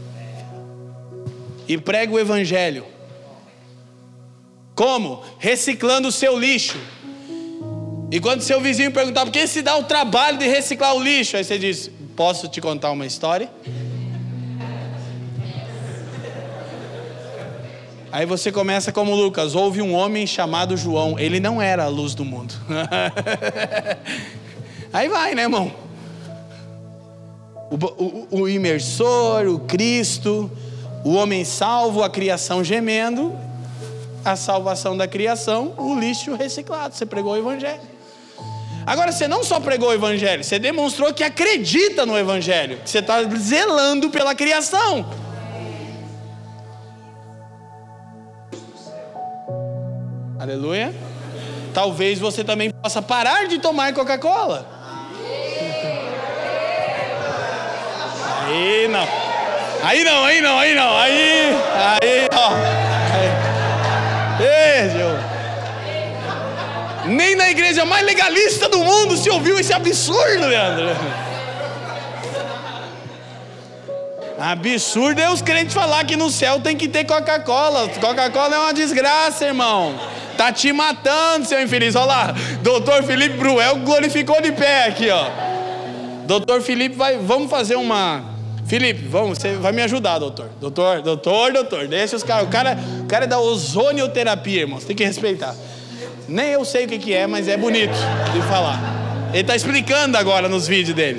Speaker 2: e prega o Evangelho. Como? Reciclando o seu lixo. E quando seu vizinho perguntar por que se dá o trabalho de reciclar o lixo, aí você diz, posso te contar uma história? Aí você começa como Lucas, houve um homem chamado João, ele não era a luz do mundo. Aí vai, né, irmão? O imersor, o Cristo, o homem salvo, a criação gemendo, a salvação da criação, o lixo reciclado. Você pregou o Evangelho. Agora, você não só pregou o Evangelho, você demonstrou que acredita no Evangelho, que você está zelando pela criação. Aleluia. Talvez você também possa parar de tomar Coca-Cola. Aí não, ó. Nem na igreja mais legalista do mundo se ouviu esse absurdo, Leandro. Absurdo é os crentes falar que no céu tem que ter Coca-Cola. Coca-Cola é uma desgraça, irmão. Tá te matando, seu infeliz. Olha lá, doutor Felipe Bruel glorificou de pé aqui, ó. Doutor Felipe vamos fazer uma... Felipe, vamos, você vai me ajudar, doutor. Doutor, deixa os caras. O cara é da ozonioterapia, irmão. Você tem que respeitar. Nem eu sei o que é, mas é bonito de falar. Ele está explicando agora nos vídeos dele.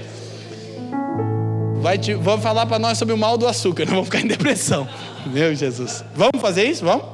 Speaker 2: Vamos falar para nós sobre o mal do açúcar. Não vamos ficar em depressão. Meu Jesus. Vamos fazer isso? Vamos?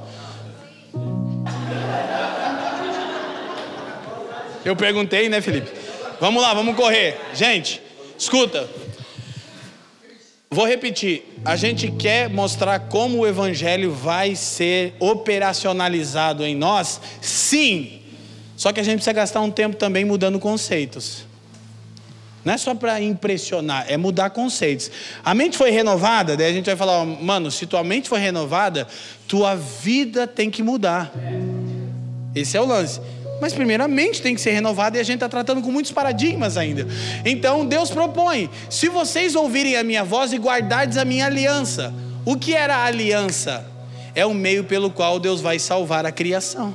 Speaker 2: Eu perguntei, né, Felipe? Vamos lá, vamos correr. Gente, escuta. Vou repetir, a gente quer mostrar como o Evangelho vai ser operacionalizado em nós, sim, só que a gente precisa gastar um tempo também mudando conceitos. Não é só para impressionar, é mudar conceitos. A mente foi renovada, daí a gente vai falar, mano, se tua mente foi renovada, tua vida tem que mudar. Esse é o lance. Mas primeiramente tem que ser renovado, e a gente está tratando com muitos paradigmas ainda. Então Deus propõe, se vocês ouvirem a minha voz e guardardes a minha aliança. O que era a aliança? É o meio pelo qual Deus vai salvar a criação.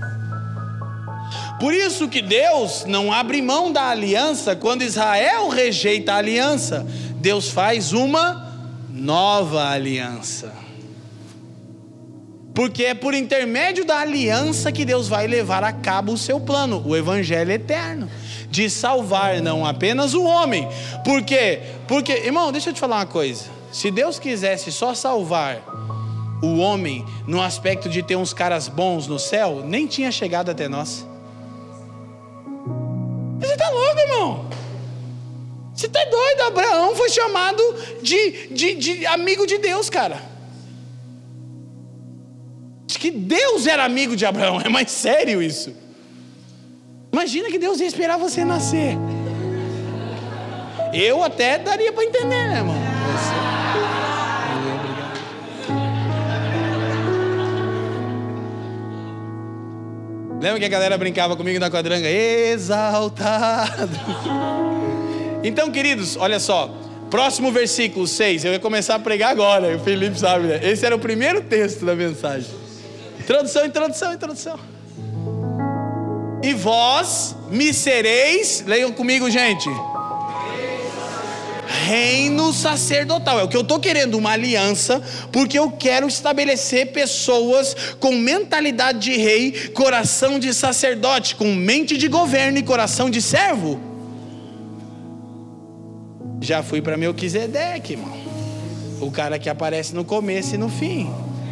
Speaker 2: Por isso que Deus não abre mão da aliança. Quando Israel rejeita a aliança, Deus faz uma nova aliança. Porque é por intermédio da aliança que Deus vai levar a cabo o seu plano, o Evangelho eterno, de salvar não apenas o homem. Por quê? Porque, irmão, deixa eu te falar uma coisa. Se Deus quisesse só salvar o homem no aspecto de ter uns caras bons no céu, nem tinha chegado até nós. Você está louco, irmão? Você está doido? Abraão foi chamado de amigo de Deus, cara. Diz que Deus era amigo de Abraão. É mais sério isso. Imagina que Deus ia esperar você nascer. Eu até daria para entender, né, irmão? Lembra que a galera brincava comigo na quadranga? Exaltado. Então, queridos, olha só. Próximo versículo 6. Eu ia começar a pregar agora. O Felipe sabe, né? Esse era o primeiro texto da mensagem. Introdução. E vós me sereis, leiam comigo, gente, reino sacerdotal. É o que eu estou querendo, uma aliança, porque eu quero estabelecer pessoas com mentalidade de rei, coração de sacerdote, com mente de governo e coração de servo. Já fui para Melquisedeque, irmão, o cara que aparece no começo e no fim.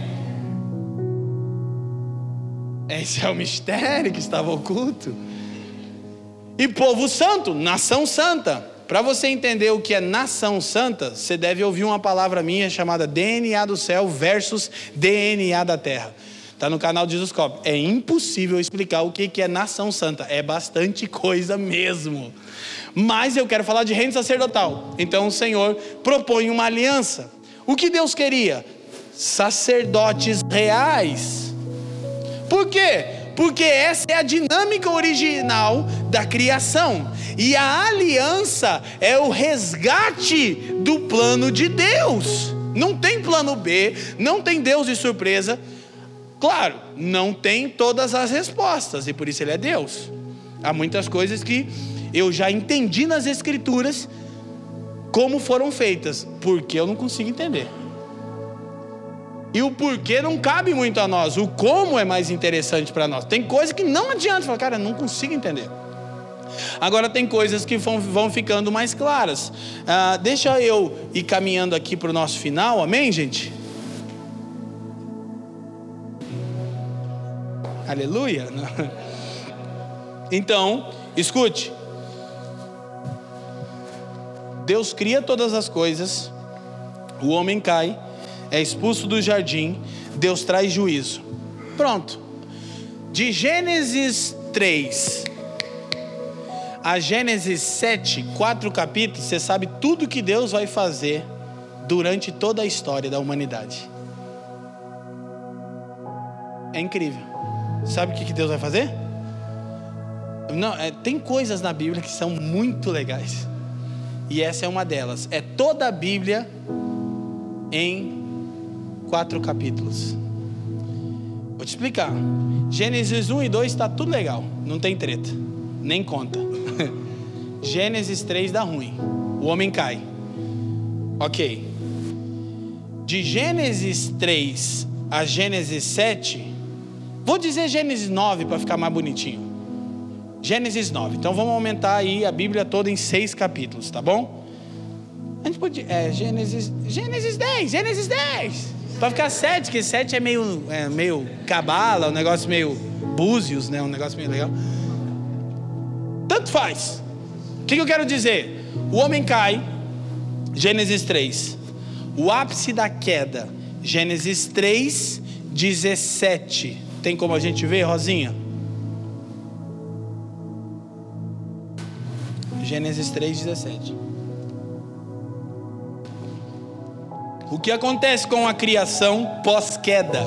Speaker 2: Esse é o mistério que estava oculto. E povo santo, nação santa. Para você entender o que é nação santa, você deve ouvir uma palavra minha chamada DNA do céu versus DNA da terra. Está no canal de Jesus Cop. É impossível explicar o que é nação santa. É bastante coisa mesmo. Mas eu quero falar de reino sacerdotal. Então o Senhor propõe uma aliança. O que Deus queria? Sacerdotes reais. Por quê? Porque essa é a dinâmica original da criação. E a aliança é o resgate do plano de Deus. Não tem plano B, não tem Deus de surpresa. Claro, não tem todas as respostas, e por isso Ele é Deus. Há muitas coisas que eu já entendi nas Escrituras como foram feitas, porque eu não consigo entender. E o porquê não cabe muito a nós. O como é mais interessante para nós. Tem coisa que não adianta falar, cara, não consigo entender. Agora tem coisas que vão ficando mais claras. Deixa eu ir caminhando aqui para o nosso final, amém, gente? Aleluia. Então, escute. Deus cria todas as coisas, o homem cai, é expulso do jardim, Deus traz juízo. Pronto. De Gênesis 3 a Gênesis 7, 4 capítulos, você sabe tudo que Deus vai fazer durante toda a história da humanidade. É incrível. Sabe o que Deus vai fazer? Não, tem coisas na Bíblia que são muito legais. E essa é uma delas. É toda a Bíblia em 4 capítulos. Vou te explicar. Gênesis 1 e 2 está tudo legal. Não tem treta. Nem conta. Gênesis 3 dá ruim. O homem cai. Ok. De Gênesis 3 a Gênesis 7, vou dizer Gênesis 9 para ficar mais bonitinho. Gênesis 9. Então vamos aumentar aí a Bíblia toda em 6 capítulos, tá bom? A gente pode... Gênesis 10. Para ficar 7, porque 7 é meio cabala, um negócio meio búzios, né? Um negócio meio legal. Tanto faz. O que eu quero dizer? O homem cai, Gênesis 3. O ápice da queda, Gênesis 3, 17. Tem como a gente ver, Rosinha? Gênesis 3, 17. O que acontece com a criação pós-queda?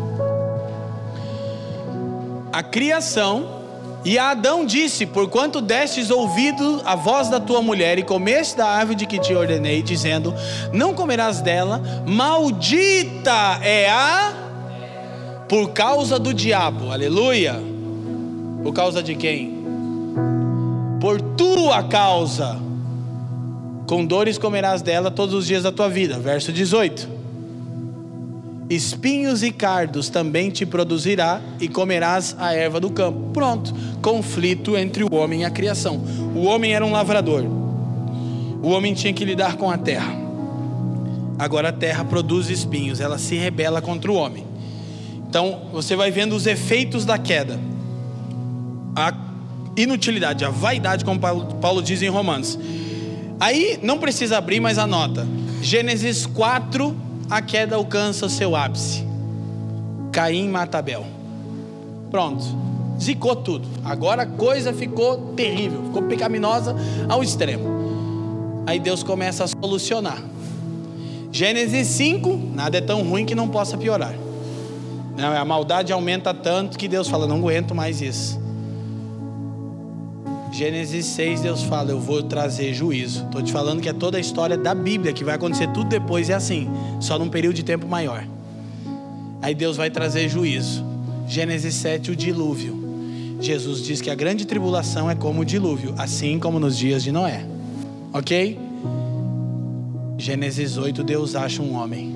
Speaker 2: A criação, e Adão disse: porquanto destes ouvido a voz da tua mulher e comeste da árvore de que te ordenei, dizendo: não comerás dela, maldita é a... por causa do diabo, aleluia. Por causa de quem? Por tua causa, com dores comerás dela todos os dias da tua vida. Verso 18. Espinhos e cardos também te produzirá, e comerás a erva do campo. Pronto. Conflito entre o homem e a criação. O homem era um lavrador. O homem tinha que lidar com a terra. Agora a terra produz espinhos. Ela se rebela contra o homem. Então você vai vendo os efeitos da queda. inutilidade, a vaidade, como Paulo diz em Romanos. Aí não precisa abrir, mas anota. Gênesis 4, a queda alcança o seu ápice. Caim mata Abel. Pronto, zicou tudo. Agora a coisa ficou terrível, ficou pecaminosa ao extremo. Aí Deus começa a solucionar. Gênesis 5, nada é tão ruim que não possa piorar. Não, a maldade aumenta tanto que Deus fala, não aguento mais isso. Gênesis 6, Deus fala, eu vou trazer juízo. Estou te falando que é toda a história da Bíblia, que vai acontecer tudo depois, é assim, só num período de tempo maior. Aí Deus vai trazer juízo. Gênesis 7, o dilúvio. Jesus diz que a grande tribulação é como o dilúvio, assim como nos dias de Noé. Ok? Gênesis 8, Deus acha um homem.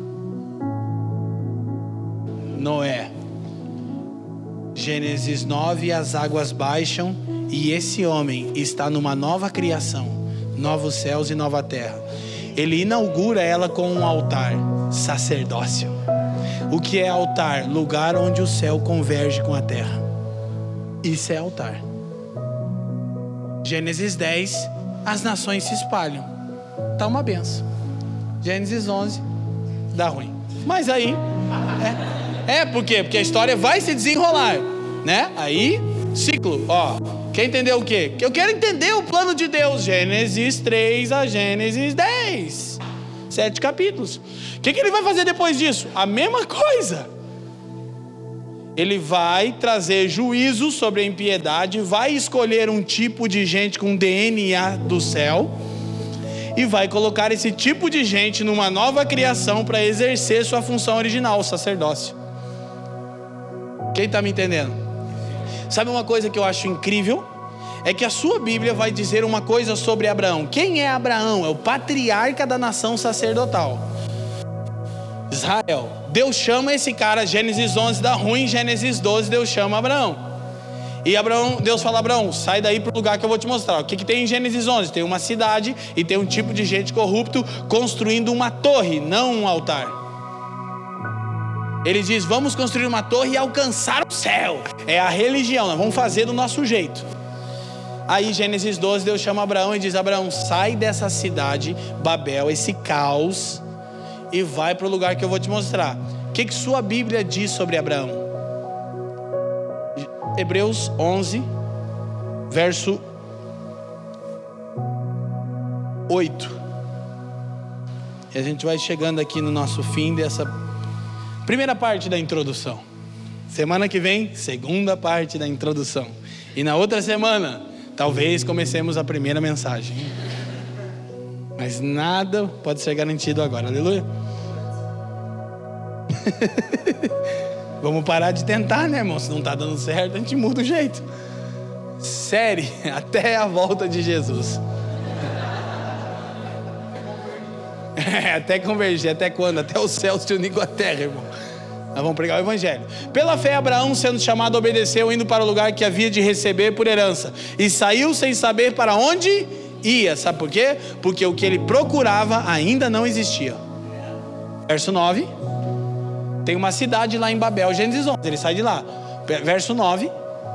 Speaker 2: Noé. Gênesis 9, as águas baixam e esse homem está numa nova criação, novos céus e nova terra. Ele inaugura ela com um altar, sacerdócio. O que é altar? Lugar onde o céu converge com a terra. Isso é altar. Gênesis 10, as nações se espalham. Tá uma benção. Gênesis 11, dá ruim. Mas aí, por quê? Porque a história vai se desenrolar, né? Aí, ciclo, quer entender o quê? Eu quero entender o plano de Deus. Gênesis 3 a Gênesis 10. 7 capítulos. O que ele vai fazer depois disso? A mesma coisa. Ele vai trazer juízo sobre a impiedade, vai escolher um tipo de gente com DNA do céu e vai colocar esse tipo de gente numa nova criação para exercer sua função original, o sacerdócio. Quem está me entendendo? Sabe uma coisa que eu acho incrível? É que a sua Bíblia vai dizer uma coisa sobre Abraão. Quem é Abraão? É o patriarca da nação sacerdotal, Israel. Deus chama esse cara, Gênesis 11 dá ruim, Gênesis 12 Deus chama Abraão. E Deus fala, Abraão, sai daí para o lugar que eu vou te mostrar. O que tem em Gênesis 11? Tem uma cidade e tem um tipo de gente corrupto construindo uma torre, não um altar. Ele diz, vamos construir uma torre e alcançar o céu. É a religião, nós vamos fazer do nosso jeito. Aí Gênesis 12, Deus chama Abraão e diz, Abraão, sai dessa cidade, Babel, esse caos, e vai para o lugar que eu vou te mostrar. O que sua Bíblia diz sobre Abraão? Hebreus 11, verso 8. E a gente vai chegando aqui no nosso fim dessa primeira parte da introdução. Semana que vem, segunda parte da introdução. E na outra semana, talvez comecemos a primeira mensagem. Mas nada pode ser garantido agora, aleluia. Vamos parar de tentar, né, irmão? Se não está dando certo, a gente muda o jeito. Série, até a volta de Jesus. Até converger, até quando? Até o céu se unir com a terra, irmão. Nós vamos pregar o evangelho. Pela fé, Abraão, sendo chamado, obedeceu, indo para o lugar que havia de receber por herança. E saiu sem saber para onde ia. Sabe por quê? Porque o que ele procurava ainda não existia. Verso 9. Tem uma cidade lá em Babel, Gênesis 11, ele sai de lá. Verso 9.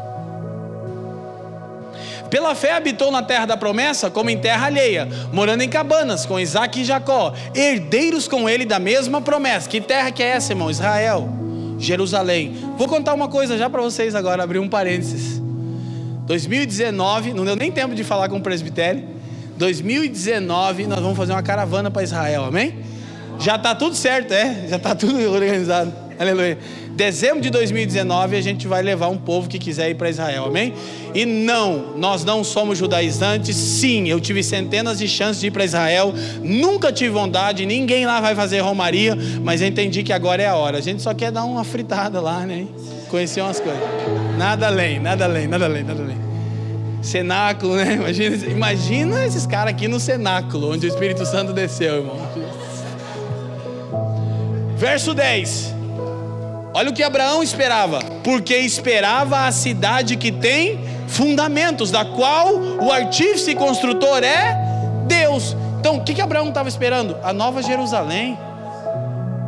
Speaker 2: Pela fé habitou na terra da promessa, como em terra alheia, morando em cabanas com Isaac e Jacó, herdeiros com ele da mesma promessa. Que terra que é essa, irmão? Israel, Jerusalém. Vou contar uma coisa já para vocês agora, abrir um parênteses. 2019, não deu nem tempo de falar com o presbitério. 2019 nós vamos fazer uma caravana para Israel, amém? Já está tudo certo, já está tudo organizado, aleluia. Dezembro de 2019 a gente vai levar um povo que quiser ir para Israel, amém? E não, nós não somos judaizantes. Sim, eu tive centenas de chances de ir para Israel, nunca tive vontade, ninguém lá vai fazer romaria, mas eu entendi que agora é a hora. A gente só quer dar uma fritada lá, né? Conhecer umas coisas, nada além. Cenáculo, né? Imagina esses caras aqui no cenáculo, onde o Espírito Santo desceu, irmão. Verso 10. Olha o que Abraão esperava. Porque esperava a cidade que tem fundamentos, da qual o artífice e construtor é Deus. Então, o que Abraão estava esperando? A Nova Jerusalém.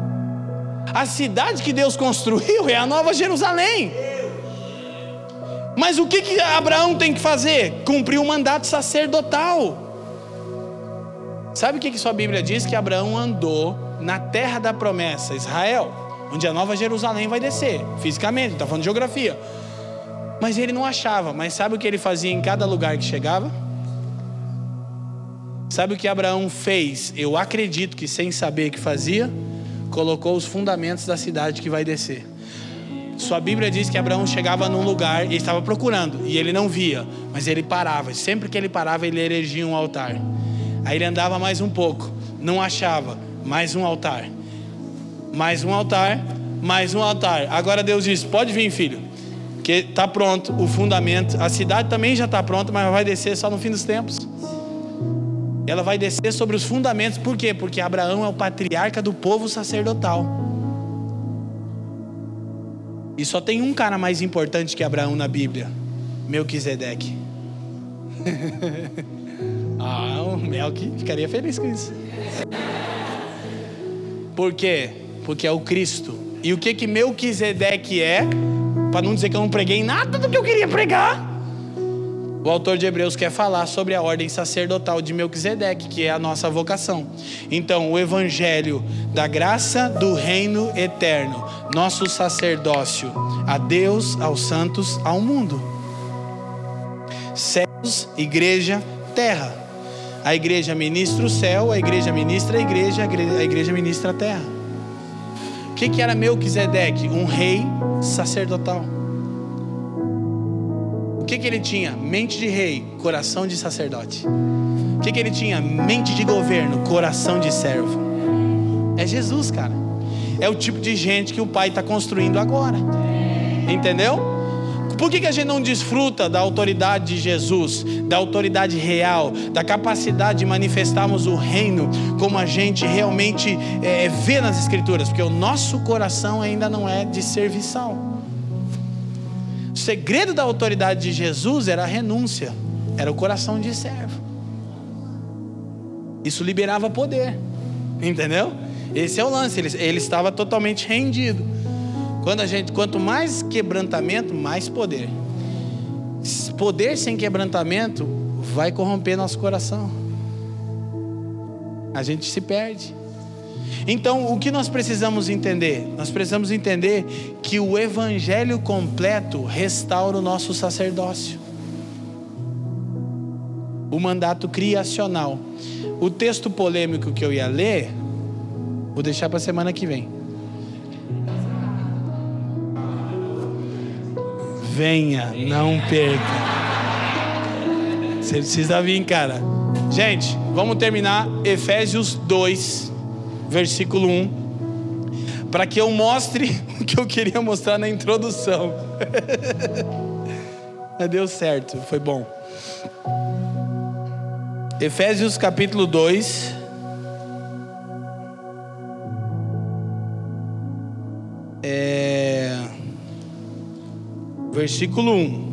Speaker 2: A cidade que Deus construiu é a Nova Jerusalém. Mas o que Abraão tem que fazer? Cumprir o mandato sacerdotal. Sabe o que sua Bíblia diz? Que Abraão andou na terra da promessa, Israel, onde a Nova Jerusalém vai descer, fisicamente, está falando de geografia. Mas ele não achava. Mas sabe o que ele fazia em cada lugar que chegava? Sabe o que Abraão fez? Eu acredito que sem saber o que fazia, colocou os fundamentos da cidade que vai descer. Sua Bíblia diz que Abraão chegava num lugar e estava procurando, e ele não via, mas ele parava. Sempre que ele parava, ele erigia um altar. Aí ele andava mais um pouco, não achava, mais um altar, mais um altar, mais um altar. Agora Deus diz: pode vir, filho, que está pronto o fundamento. A cidade também já está pronta, mas vai descer só no fim dos tempos. Ela vai descer sobre os fundamentos. Por quê? Porque Abraão é o patriarca do povo sacerdotal. E só tem um cara mais importante que Abraão na Bíblia: Melquisedeque. O Melqui ficaria feliz com isso. Por quê? Porque é o Cristo. E o que Melquisedeque é? Para não dizer que eu não preguei nada do que eu queria pregar, o autor de Hebreus quer falar sobre a ordem sacerdotal de Melquisedeque, que é a nossa vocação. Então, o evangelho da graça do reino eterno, nosso sacerdócio a Deus, aos santos, ao mundo. Céus, igreja, terra. A igreja ministra o céu, a igreja ministra a igreja ministra a terra. O que era Melquisedeque? Um rei sacerdotal. O que ele tinha? Mente de rei, coração de sacerdote. O que ele tinha? Mente de governo, coração de servo. É Jesus, cara. É o tipo de gente que o Pai está construindo agora. Entendeu? Por que a gente não desfruta da autoridade de Jesus, da autoridade real, da capacidade de manifestarmos o reino como a gente realmente vê nas Escrituras? Porque o nosso coração ainda não é de serviçal. O segredo da autoridade de Jesus era a renúncia, era o coração de servo. Isso liberava poder, entendeu? Esse é o lance, ele estava totalmente rendido. Quanto mais quebrantamento, mais poder. Poder sem quebrantamento vai corromper nosso coração. A gente se perde. Então, o que nós precisamos entender? Nós precisamos entender que o evangelho completo restaura o nosso sacerdócio. O mandato criacional. O texto polêmico que eu ia ler, vou deixar para a semana que vem. Venha, não perca. Você precisa vir, cara. Gente, vamos terminar Efésios 2, versículo 1, para que eu mostre o que eu queria mostrar na introdução. Deu certo, foi bom. Efésios capítulo 2, versículo 1.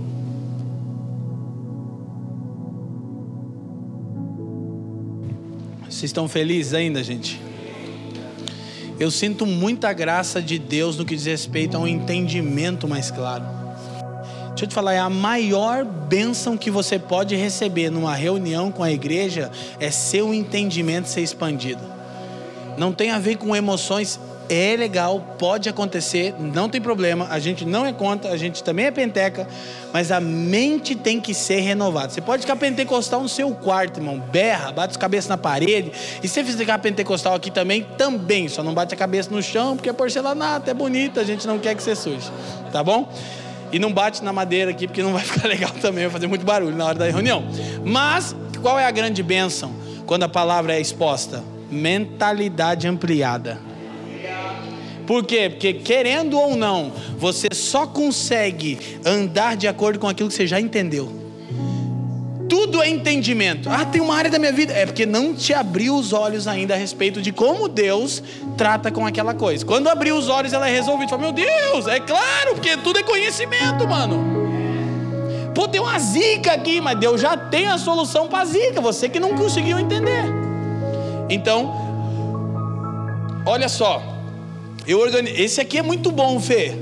Speaker 2: Vocês estão felizes ainda, gente? Eu sinto muita graça de Deus no que diz respeito a um entendimento mais claro. Deixa eu te falar, a maior bênção que você pode receber numa reunião com a igreja é seu entendimento ser expandido. Não tem a ver com emoções. É legal, pode acontecer, não tem problema, a gente não é contra, a gente também é penteca, mas a mente tem que ser renovada. Você pode ficar pentecostal no seu quarto, irmão, berra, bate as cabeças na parede, e se você ficar pentecostal aqui também, só não bate a cabeça no chão, porque é porcelanato, é bonito, a gente não quer que você suje, tá bom? E não bate na madeira aqui, porque não vai ficar legal também, vai fazer muito barulho na hora da reunião. Mas, qual é a grande bênção quando a palavra é exposta? Mentalidade ampliada. Por quê? Porque querendo ou não, você só consegue andar de acordo com aquilo que você já entendeu. Tudo é entendimento. Tem uma área da minha vida. É porque não te abriu os olhos ainda a respeito de como Deus trata com aquela coisa. Quando abriu os olhos, ela é resolvida. Fala, meu Deus, é claro, porque tudo é conhecimento, mano. Pô, tem uma zica aqui, mas Deus já tem a solução para a zica. Você que não conseguiu entender. Então, olha só. Esse aqui é muito bom, Fê.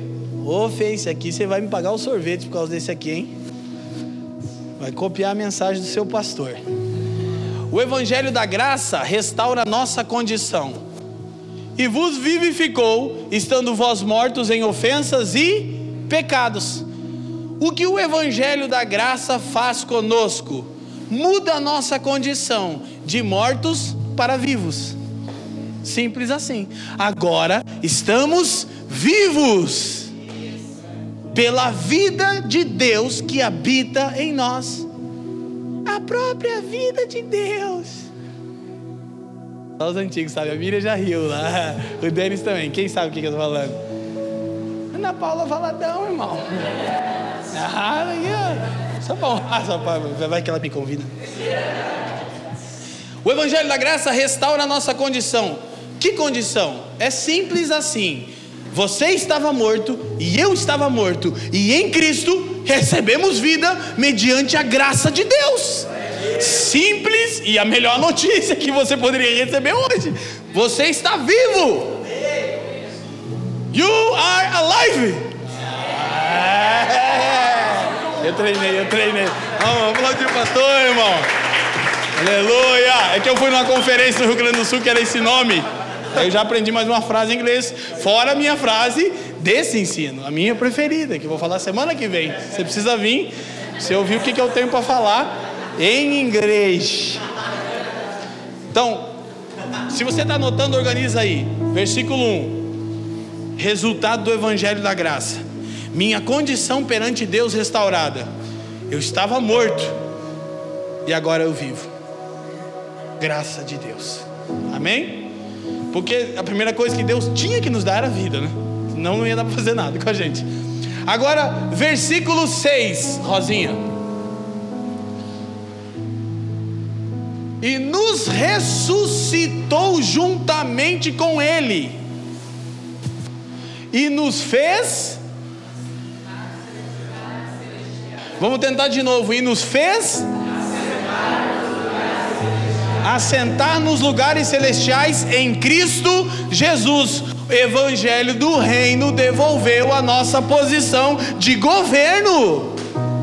Speaker 2: Ô, Fê, esse aqui você vai me pagar o sorvete por causa desse aqui, hein? Vai copiar a mensagem do seu pastor. O Evangelho da Graça restaura a nossa condição. E vos vivificou, estando vós mortos em ofensas e pecados. O que o Evangelho da Graça faz conosco? Muda a nossa condição de mortos para vivos. Simples assim. Agora estamos vivos pela vida de Deus que habita em nós. A própria vida de Deus. Só os antigos sabem. A Miriam já riu lá. O Denis também. Quem sabe o que eu estou falando? Ana Paula Valadão, irmão. Só bom. Vai que ela me convida. O Evangelho da Graça restaura a nossa condição. Que condição? É simples assim. Você estava morto e eu estava morto, e em Cristo recebemos vida mediante a graça de Deus. Simples, e a melhor notícia que você poderia receber hoje: você está vivo. You are alive. Eu treinei. Vamos aplaudir o pastor, irmão. Aleluia. É que eu fui numa conferência no Rio Grande do Sul que era esse nome. Aí eu já aprendi mais uma frase em inglês, fora a minha frase desse ensino, a minha preferida, que eu vou falar semana que vem. Você precisa vir, você ouvir o que eu tenho para falar em inglês. Então, se você está anotando, organiza aí. Versículo 1. Resultado do Evangelho da Graça. Minha condição perante Deus restaurada. Eu estava morto e agora eu vivo. Graça de Deus. Amém? Porque a primeira coisa que Deus tinha que nos dar era vida, né? Senão não ia dar para fazer nada com a gente. Agora, versículo 6, Rosinha. E nos ressuscitou juntamente com Ele, e nos fez... Vamos tentar de novo. E nos fez... assentar nos lugares celestiais em Cristo Jesus. O Evangelho do Reino devolveu a nossa posição de governo.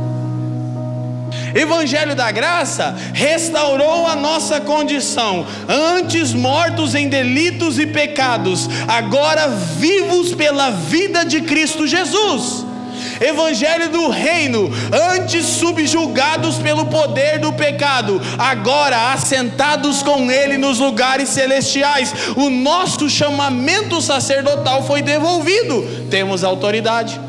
Speaker 2: Evangelho da Graça restaurou a nossa condição. Antes mortos em delitos e pecados, agora vivos pela vida de Cristo Jesus. Evangelho do Reino, antes subjugados pelo poder do pecado, agora assentados com Ele nos lugares celestiais. O nosso chamamento sacerdotal foi devolvido. Temos autoridade.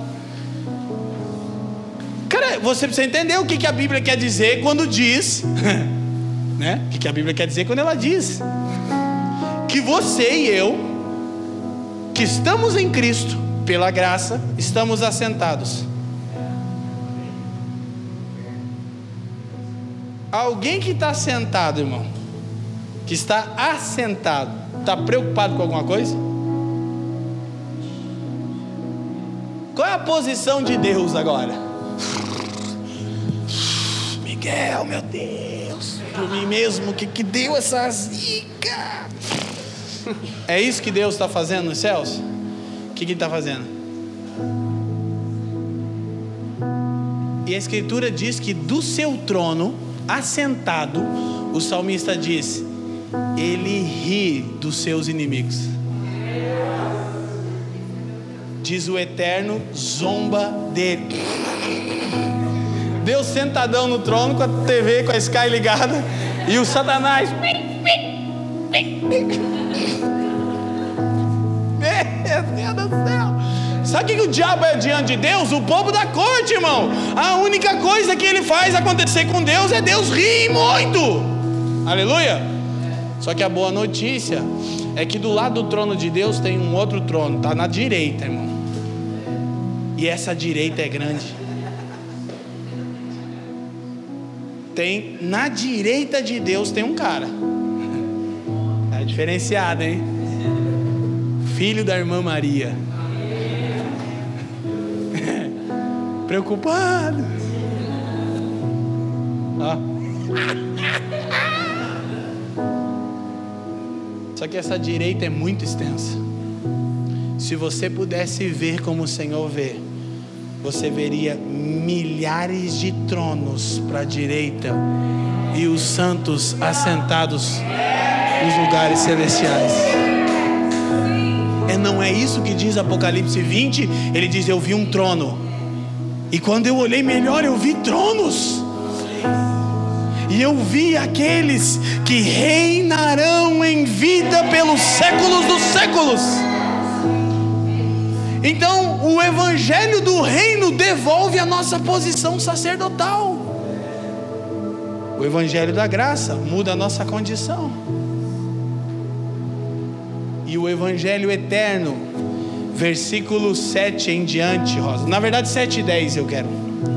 Speaker 2: Cara, você precisa entender o que a Bíblia quer dizer quando diz, né? O que a Bíblia quer dizer quando ela diz que você e eu, que estamos em Cristo, pela graça, estamos assentados. Alguém que está sentado, irmão, que está assentado, está preocupado com alguma coisa? Qual é a posição de Deus agora? Miguel, meu Deus, por mim mesmo, que deu essa zica? É isso que Deus está fazendo nos céus? O que ele está fazendo? E a Escritura diz que do seu trono, assentado, o salmista diz: Ele ri dos seus inimigos. Diz o Eterno, zomba dele. Deus sentadão no trono, com a TV, com a Sky ligada, e o Satanás... Meu Deus do céu. Sabe o que o diabo é diante de Deus? O povo da corte, irmão. A única coisa que ele faz acontecer com Deus é Deus rir muito. Aleluia. Só que a boa notícia é que do lado do trono de Deus tem um outro trono. Está na direita, irmão. E essa direita é grande. Tem na direita de Deus tem um cara. É diferenciado, hein? Filho da irmã Maria. Preocupado. Ó. Só que essa direita é muito extensa. Se você pudesse ver como o Senhor vê, você veria milhares de tronos para a direita e os santos assentados nos lugares celestiais. Não é isso que diz Apocalipse 20? Ele diz: eu vi um trono, e quando eu olhei melhor, eu vi tronos, e eu vi aqueles que reinarão em vida pelos séculos dos séculos. Então o evangelho do reino devolve a nossa posição sacerdotal. O evangelho da graça muda a nossa condição. E o evangelho eterno, versículo 7 em diante, Rosa, na verdade 7 e 10 eu quero,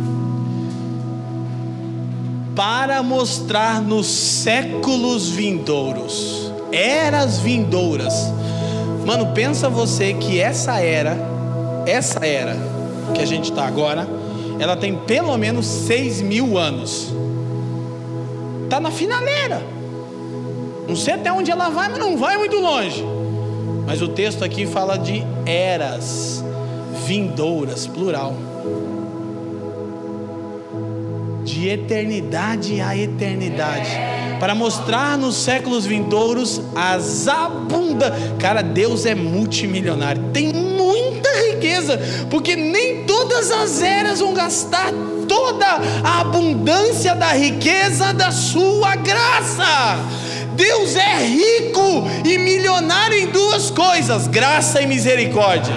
Speaker 2: para mostrar nos séculos vindouros, eras vindouras. Mano, pensa você que essa era que a gente está agora, ela tem pelo menos 6.000 anos, está na finaleira, não sei até onde ela vai, mas não vai muito longe. Mas o texto aqui fala de eras vindouras, plural, de eternidade a eternidade, para mostrar nos séculos vindouros as abundantes. Cara, Deus é multimilionário, tem muita riqueza, porque nem todas as eras vão gastar toda a abundância da riqueza da sua graça. Deus é rico e milionário em duas coisas: graça e misericórdia.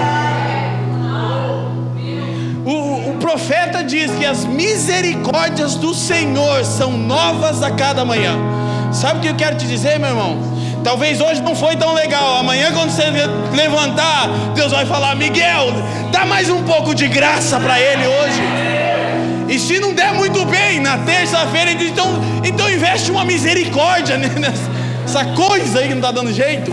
Speaker 2: O profeta diz que as misericórdias do Senhor são novas a cada manhã. Sabe o que eu quero te dizer, meu irmão? Talvez hoje não foi tão legal, amanhã quando você levantar, Deus vai falar: Miguel, dá mais um pouco de graça para ele hoje. E se não der muito bem, na terça-feira, então investe uma misericórdia nessa coisa aí que não está dando jeito.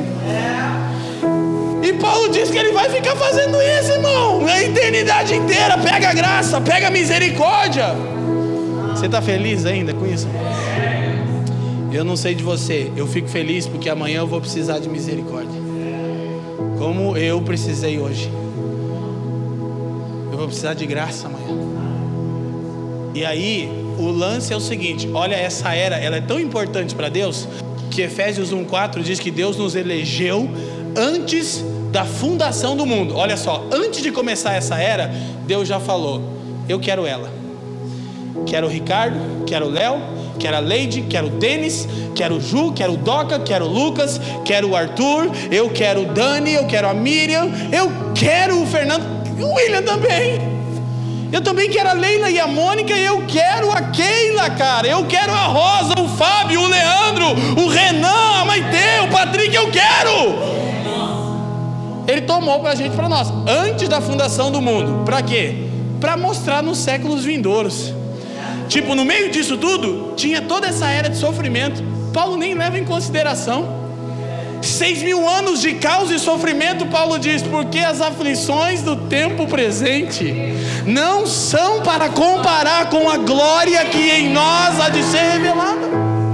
Speaker 2: E Paulo diz que ele vai ficar fazendo isso, irmão, a eternidade inteira. Pega a graça, pega a misericórdia. Você está feliz ainda com isso? Eu não sei de você, eu fico feliz porque amanhã eu vou precisar de misericórdia, como eu precisei hoje. Eu vou precisar de graça amanhã. E aí, o lance é o seguinte: olha, essa era, ela é tão importante para Deus, que Efésios 1,4 diz que Deus nos elegeu antes da fundação do mundo. Olha só, antes de começar essa era, Deus já falou: eu quero ela, quero o Ricardo, quero o Léo, quero a Leide, quero o Denis, quero o Ju, quero o Doca, quero o Lucas, quero o Arthur, eu quero o Dani, eu quero a Miriam, eu quero o Fernando, o William também. Eu também quero a Leila e a Mônica, eu quero a Keila, cara. Eu quero a Rosa, o Fábio, o Leandro, o Renan, a Maite, o Patrick, eu quero. Ele tomou pra gente, pra nós, antes da fundação do mundo. Pra quê? Pra mostrar nos séculos vindouros. Tipo, no meio disso tudo, tinha toda essa era de sofrimento. Paulo nem leva em consideração. 6.000 anos de caos e sofrimento, Paulo diz, porque as aflições do tempo presente não são para comparar com a glória que em nós há de ser revelada.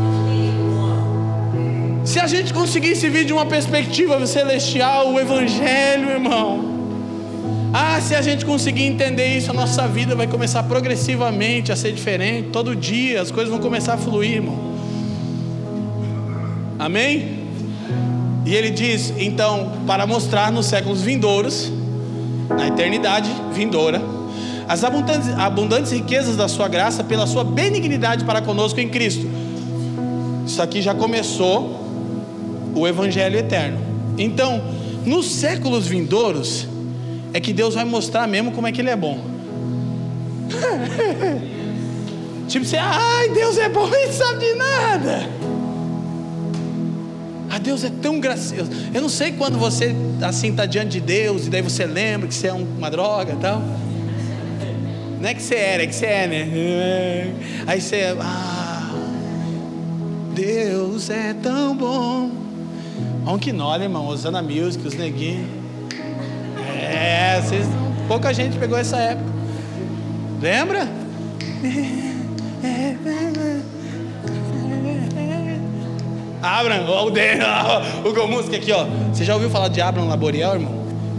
Speaker 2: Se a gente conseguisse vir de uma perspectiva celestial, o evangelho, irmão, se a gente conseguir entender isso, a nossa vida vai começar progressivamente a ser diferente. Todo dia as coisas vão começar a fluir, irmão. Amém? E ele diz, então, para mostrar nos séculos vindouros, na eternidade vindoura, as abundantes riquezas da sua graça, pela sua benignidade para conosco em Cristo. Isso aqui já começou o evangelho eterno. Então, nos séculos vindouros, é que Deus vai mostrar mesmo como é que Ele é bom. Tipo assim, Deus é bom e não sabe de nada. Deus é tão gracioso. Eu não sei quando você assim está diante de Deus e daí você lembra que você é uma droga e tal. Não é que você era, é que você é, né? Aí você, Deus é tão bom. Vamos que nós, irmão, Osana Music, os neguinhos. Pouca gente pegou essa época. Lembra? Abraham, o música aqui, ó. Você já ouviu falar de Abraham Laboriel, irmão?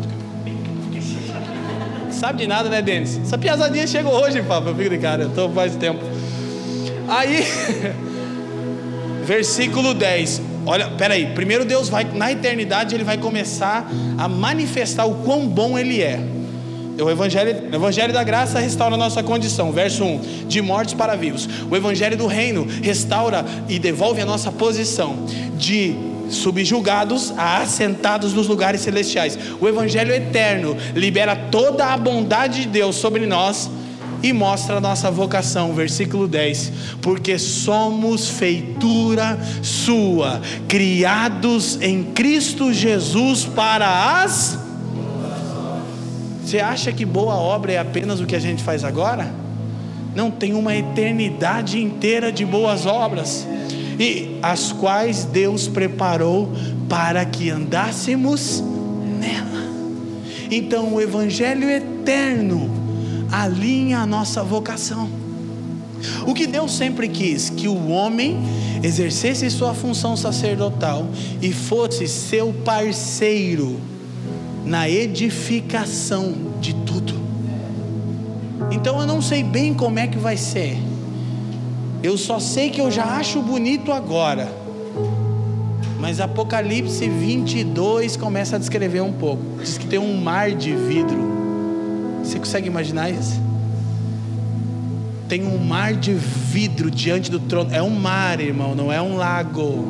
Speaker 2: sabe de nada, né, Denis? Essa piazadinha chegou hoje, papo. Eu fico de cara, eu tô faz tempo. Aí, versículo 10. Olha, peraí. Primeiro Deus vai, na eternidade, Ele vai começar a manifestar o quão bom Ele é. O Evangelho da graça restaura a nossa condição. Verso 1: de mortos para vivos. O Evangelho do reino restaura e devolve a nossa posição de subjugados a assentados nos lugares celestiais. O Evangelho eterno libera toda a bondade de Deus sobre nós e mostra a nossa vocação. Versículo 10: porque somos feitura sua, criados em Cristo Jesus para as... Você acha que boa obra é apenas o que a gente faz agora? Não, tem uma eternidade inteira de boas obras, e as quais Deus preparou para que andássemos nela. Então o Evangelho eterno alinha a nossa vocação. O que Deus sempre quis, que o homem exercesse sua função sacerdotal e fosse seu parceiro na edificação de tudo. Então eu não sei bem como é que vai ser. Eu só sei que eu já acho bonito agora. Mas Apocalipse 22 começa a descrever um pouco. Diz que tem um mar de vidro. Você consegue imaginar isso? Tem um mar de vidro diante do trono. É um mar, irmão, não é um lago.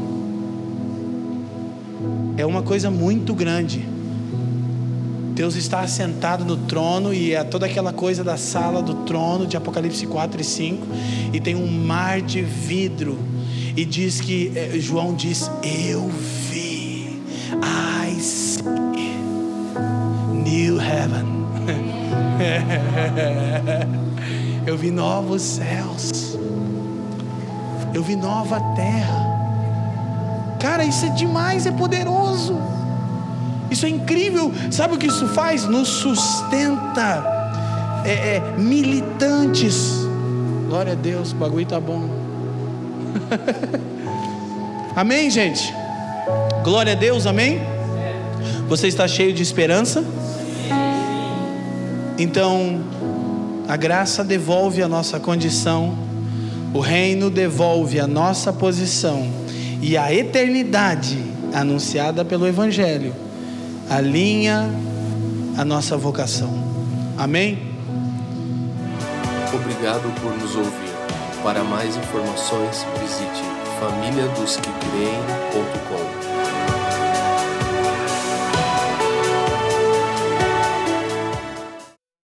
Speaker 2: É uma coisa muito grande. Deus está assentado no trono, e é toda aquela coisa da sala do trono de Apocalipse 4 e 5, e tem um mar de vidro, e diz que, João diz, eu vi, I see, new heaven, eu vi novos céus, eu vi nova terra. Cara, isso é demais, é poderoso. Isso é incrível. Sabe o que isso faz? Nos sustenta militantes. Glória a Deus, o bagulho tá bom. Amém, gente? Glória a Deus, amém? Você está cheio de esperança? Então, a graça devolve a nossa condição, o reino devolve a nossa posição, e a eternidade anunciada pelo Evangelho alinha a nossa vocação. Amém?
Speaker 1: Obrigado por nos ouvir. Para mais informações, visite famíliadosquecreem.com.